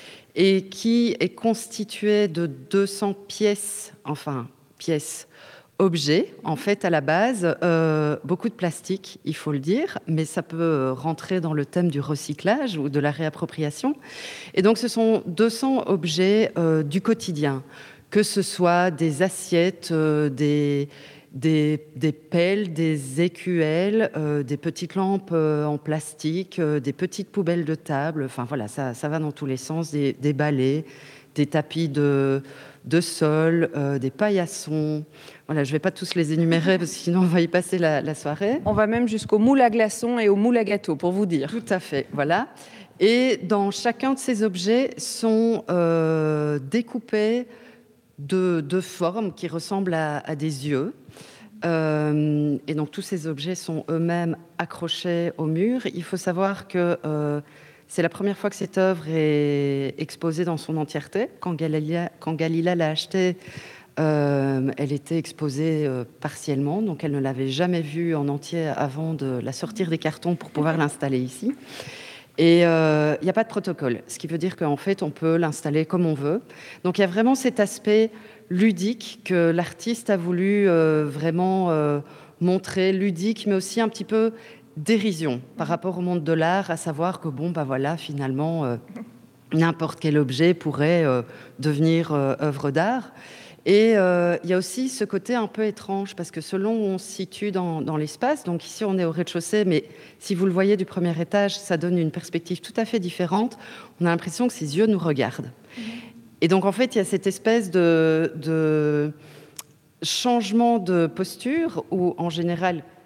et qui est constitué de deux cents pièces, enfin, pièces, objets, en fait, à la base, euh, beaucoup de plastique, il faut le dire, mais ça peut rentrer dans le thème du recyclage ou de la réappropriation. Et donc, ce sont deux cents objets euh, du quotidien, que ce soit des assiettes, euh, des, des, des pelles, des écuelles, euh, des petites lampes euh, en plastique, euh, des petites poubelles de table, enfin voilà, ça, ça va dans tous les sens, des, des balais, des tapis de, de sol, euh, des paillassons. Voilà, je ne vais pas tous les énumérer parce que sinon on va y passer la, la soirée. On va même jusqu'au moule à glaçons et au moule à gâteaux, pour vous dire. Tout à fait, voilà. Et dans chacun de ces objets sont euh, découpés de, de formes qui ressemblent à, à des yeux. Euh, et donc tous ces objets sont eux-mêmes accrochés au mur. Il faut savoir que euh, c'est la première fois que cette œuvre est exposée dans son entièreté. Quand Galila, quand Galila l'a achetée, euh, elle était exposée euh, partiellement, donc elle ne l'avait jamais vue en entier avant de la sortir des cartons pour pouvoir l'installer ici. Et il euh, n'y a pas de protocole, ce qui veut dire qu'en fait, on peut l'installer comme on veut. Donc il y a vraiment cet aspect ludique que l'artiste a voulu euh, vraiment euh, montrer, ludique, mais aussi un petit peu dérision par rapport au monde de l'art, à savoir que bon, bah voilà, finalement, euh, n'importe quel objet pourrait euh, devenir euh, œuvre d'art. Et il euh, y a aussi ce côté un peu étrange, parce que selon où on se situe dans, dans l'espace, donc ici on est au rez-de-chaussée, mais si vous le voyez du premier étage, ça donne une perspective tout à fait différente. On a l'impression que ses yeux nous regardent. Mmh. Et donc en fait, il y a cette espèce de, de changement de posture, où en général,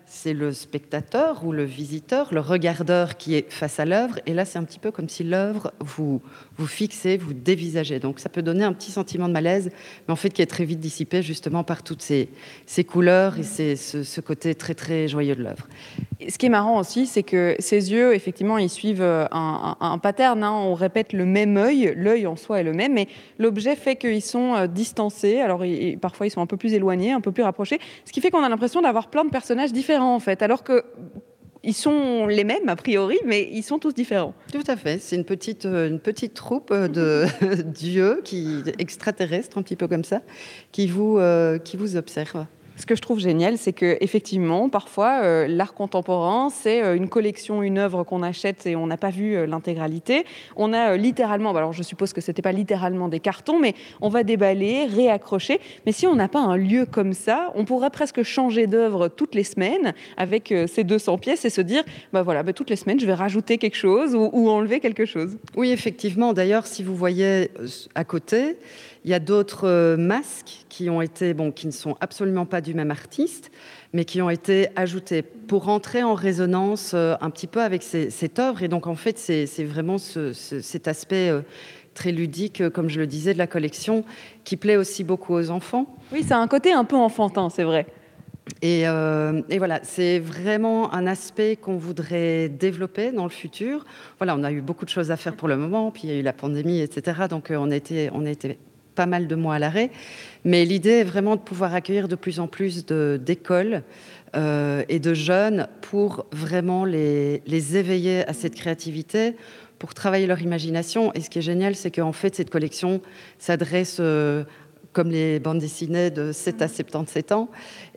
c'est le spectateur ou le visiteur, le regardeur qui est face à l'œuvre. Et là, c'est un petit peu comme si l'œuvre, vous, vous fixez, vous dévisagez. Donc, ça peut donner un petit sentiment de malaise, mais en fait, qui est très vite dissipé justement par toutes ces, ces couleurs et ces, ce, ce côté très, très joyeux de l'œuvre. Ce qui est marrant aussi, c'est que ces yeux, effectivement, ils suivent un, un, un pattern. Hein. On répète le même œil. L'œil en soi est le même, mais l'objet fait qu'ils sont distancés. Alors, ils, parfois, ils sont un peu plus éloignés, un peu plus rapprochés. Ce qui fait qu'on a l'impression d'avoir plein de personnages différents, en fait. Alors que ils sont les mêmes, a priori, mais ils sont tous différents. Tout à fait. C'est une petite, une petite troupe de dieux, qui, extraterrestres, un petit peu comme ça, qui vous, euh, qui vous observent. Ce que je trouve génial, c'est qu'effectivement, parfois, euh, l'art contemporain, c'est euh, une collection, une œuvre qu'on achète et on n'a pas vu euh, l'intégralité. On a euh, littéralement, alors je suppose que ce n'était pas littéralement des cartons, mais on va déballer, réaccrocher. Mais si on n'a pas un lieu comme ça, on pourrait presque changer d'œuvre toutes les semaines avec euh, ces deux cents pièces et se dire, bah voilà, bah, toutes les semaines, je vais rajouter quelque chose ou, ou enlever quelque chose. Oui, effectivement. D'ailleurs, si vous voyez à côté, il y a d'autres euh, masques qui ont été, bon, qui ne sont absolument pas du même artiste, mais qui ont été ajoutés pour entrer en résonance euh, un petit peu avec ces, cette œuvre. Et donc, en fait, c'est, c'est vraiment ce, ce, cet aspect euh, très ludique, euh, comme je le disais, de la collection, qui plaît aussi beaucoup aux enfants. Oui, ça a un côté un peu enfantin, c'est vrai. Et, euh, et voilà, c'est vraiment un aspect qu'on voudrait développer dans le futur. Voilà, on a eu beaucoup de choses à faire pour le moment, puis il y a eu la pandémie, et cetera. Donc, euh, on a été, on a été pas mal de mois à l'arrêt, mais l'idée est vraiment de pouvoir accueillir de plus en plus de, d'écoles euh, et de jeunes pour vraiment les, les éveiller à cette créativité, pour travailler leur imagination. Et ce qui est génial, c'est qu'en fait, cette collection s'adresse, euh, comme les bandes dessinées, de sept à soixante-dix-sept ans,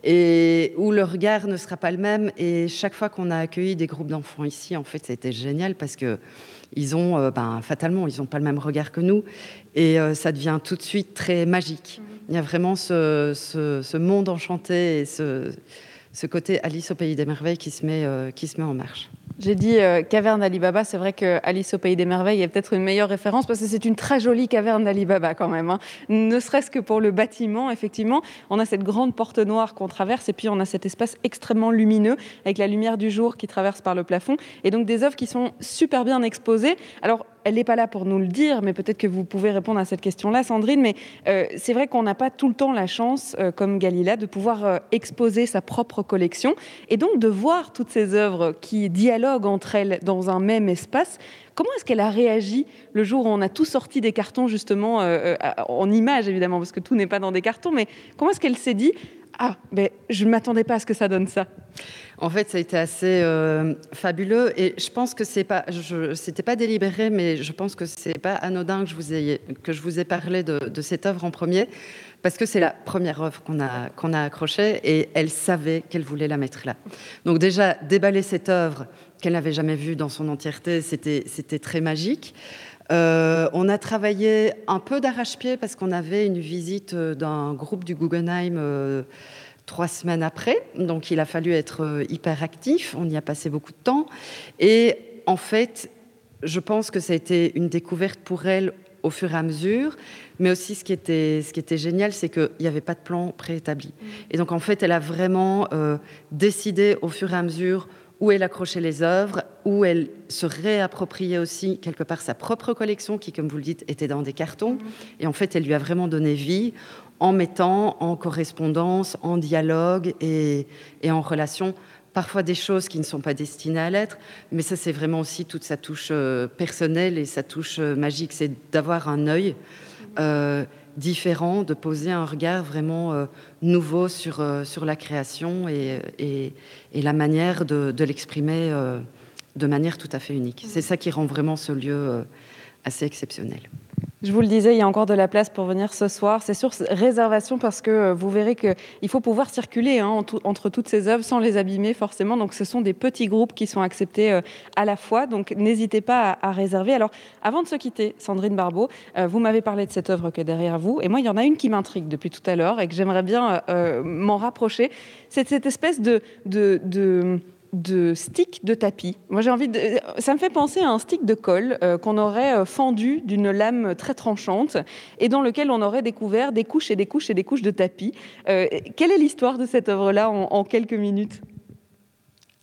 et où le regard ne sera pas le même. Et chaque fois qu'on a accueilli des groupes d'enfants ici, en fait, c'était génial parce que ils ont, euh, ben, fatalement, ils n'ont pas le même regard que nous. Et euh, ça devient tout de suite très magique. Il y a vraiment ce, ce, ce monde enchanté et ce, ce côté Alice au Pays des Merveilles qui se met, euh, qui se met en marche. J'ai dit euh, caverne d'Ali Baba, c'est vrai que Alice au Pays des Merveilles est peut-être une meilleure référence parce que c'est une très jolie caverne d'Ali Baba quand même. Hein. Ne serait-ce que pour le bâtiment, effectivement, on a cette grande porte noire qu'on traverse et puis on a cet espace extrêmement lumineux avec la lumière du jour qui traverse par le plafond et donc des œuvres qui sont super bien exposées. Alors, elle n'est pas là pour nous le dire, mais peut-être que vous pouvez répondre à cette question-là, Sandrine. Mais euh, c'est vrai qu'on n'a pas tout le temps la chance, euh, comme Galila, de pouvoir euh, exposer sa propre collection et donc de voir toutes ces œuvres qui dialoguent entre elles dans un même espace. Comment est-ce qu'elle a réagi le jour où on a tout sorti des cartons, justement, euh, en images, évidemment, parce que tout n'est pas dans des cartons, mais comment est-ce qu'elle s'est dit « Ah, ben, je ne m'attendais pas à ce que ça donne ça ». En fait, ça a été assez euh, fabuleux et je pense que c'est pas, je, c'était pas délibéré, mais je pense que c'est pas anodin que je vous ai, que je vous ai parlé de, de cette œuvre en premier, parce que c'est la première œuvre qu'on a, qu'on a accrochée et elle savait qu'elle voulait la mettre là. Donc déjà, déballer cette œuvre qu'elle n'avait jamais vue dans son entièreté, c'était, c'était très magique. Euh, on a travaillé un peu d'arrache-pied parce qu'on avait une visite d'un groupe du Guggenheim euh, trois semaines après, donc il a fallu être hyper actif, on y a passé beaucoup de temps, et en fait, je pense que ça a été une découverte pour elle au fur et à mesure, mais aussi ce qui était, ce qui était génial, c'est qu'il n'y avait pas de plan préétabli. Et donc en fait, elle a vraiment euh, décidé au fur et à mesure où elle accrochait les œuvres, où elle se réappropriait aussi quelque part sa propre collection, qui, comme vous le dites, était dans des cartons, et en fait, elle lui a vraiment donné vie, en mettant en correspondance, en dialogue et, et en relation, parfois des choses qui ne sont pas destinées à l'être, mais ça c'est vraiment aussi toute sa touche euh, personnelle et sa touche euh, magique, c'est d'avoir un œil euh, différent, de poser un regard vraiment euh, nouveau sur, euh, sur la création et, et, et la manière de, de l'exprimer euh, de manière tout à fait unique. C'est ça qui rend vraiment ce lieu euh, assez exceptionnel. Je vous le disais, il y a encore de la place pour venir ce soir. C'est sur réservation parce que vous verrez qu'il faut pouvoir circuler hein, entre toutes ces œuvres sans les abîmer forcément. Donc, ce sont des petits groupes qui sont acceptés à la fois. Donc, n'hésitez pas à, à réserver. Alors, avant de se quitter, Sandrine Barbeau, euh, vous m'avez parlé de cette œuvre qui est derrière vous. Et moi, il y en a une qui m'intrigue depuis tout à l'heure et que j'aimerais bien euh, m'en rapprocher. C'est cette espèce de... de, de de stick de tapis. Moi, j'ai envie de... Ça me fait penser à un stick de colle euh, qu'on aurait fendu d'une lame très tranchante et dans lequel on aurait découvert des couches et des couches et des couches de tapis. Euh, quelle est l'histoire de cette œuvre-là en, en quelques minutes ?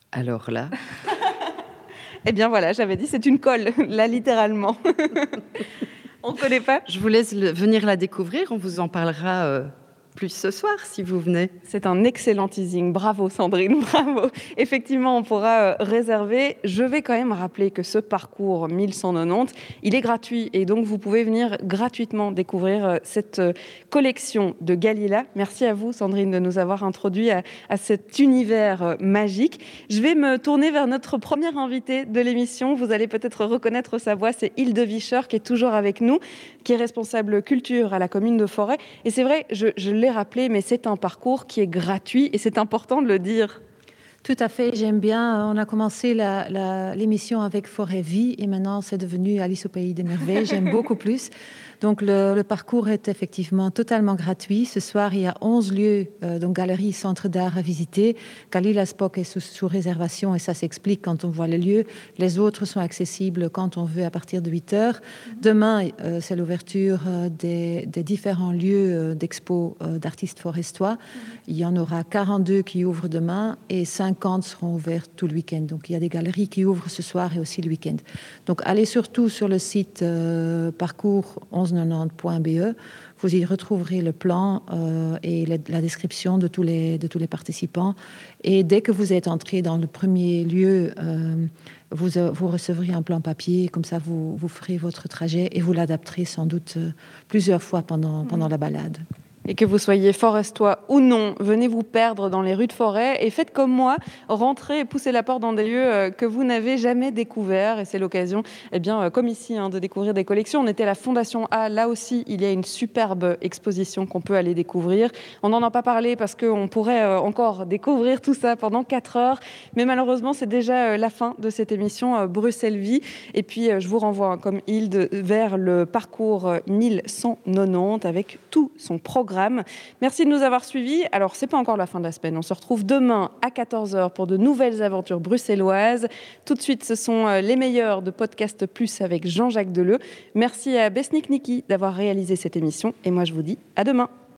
Alors là... Eh bien voilà, j'avais dit c'est une colle, là littéralement. On ne connaît pas. Je vous laisse le, venir la découvrir, on vous en parlera euh, plus ce soir si vous venez. C'est un excellent teasing, bravo Sandrine, bravo. Effectivement, on pourra euh, réserver. Je vais quand même rappeler que ce parcours mille cent quatre-vingt-dix, il est gratuit et donc vous pouvez venir gratuitement découvrir euh, cette euh, collection de Galila. Merci à vous Sandrine de nous avoir introduit à, à cet univers euh, magique. Je vais me tourner vers notre première invitée de l'émission. Vous allez peut-être reconnaître sa voix, c'est Hilde Vischer qui est toujours avec nous, qui est responsable culture à la commune de Forêt. Et c'est vrai, je, je l'ai rappelé, mais c'est un parcours qui est gratuit et c'est important de le dire. Tout à fait, j'aime bien. On a commencé la, la, l'émission avec Forêt Vie et maintenant c'est devenu Alice au Pays des Merveilles. J'aime beaucoup plus. Donc le, le parcours est effectivement totalement gratuit. Ce soir, il y a onze lieux, euh, donc galeries, centres d'art à visiter. Galila Spock est sous, sous réservation et ça s'explique quand on voit les lieux. Les autres sont accessibles quand on veut à partir de huit heures. Demain, euh, c'est l'ouverture euh, des, des différents lieux euh, d'expo euh, d'artistes forestois. Il y en aura quarante-deux qui ouvrent demain et cinquante seront ouverts tout le week-end. Donc il y a des galeries qui ouvrent ce soir et aussi le week-end. Donc allez surtout sur le site euh, parcours onze quatre-vingt-dix point b e. Vous y retrouverez le plan euh, et la, la description de tous, les, de tous les participants. Et dès que vous êtes entré dans le premier lieu, euh, vous, euh, vous recevrez un plan papier. Comme ça, vous, vous ferez votre trajet et vous l'adapterez sans doute euh, plusieurs fois pendant, pendant la balade. Et que vous soyez forestois ou non, venez vous perdre dans les rues de Forêt et faites comme moi, rentrez et poussez la porte dans des lieux que vous n'avez jamais découverts. Et c'est l'occasion, eh bien, comme ici, hein, de découvrir des collections. On était à la Fondation A, là aussi, il y a une superbe exposition qu'on peut aller découvrir. On n'en a pas parlé parce qu'on pourrait encore découvrir tout ça pendant quatre heures. Mais malheureusement, c'est déjà la fin de cette émission Bruxelles Vie. Et puis, je vous renvoie, comme Hilde, vers le parcours mille cent quatre-vingt-dix avec tout son programme. Merci de nous avoir suivis. Alors, c'est pas encore la fin de la semaine. On se retrouve demain à quatorze heures pour de nouvelles aventures bruxelloises. Tout de suite, ce sont les meilleurs de Podcast Plus avec Jean-Jacques Deleu. Merci à Besnik Niki d'avoir réalisé cette émission. Et moi, je vous dis à demain.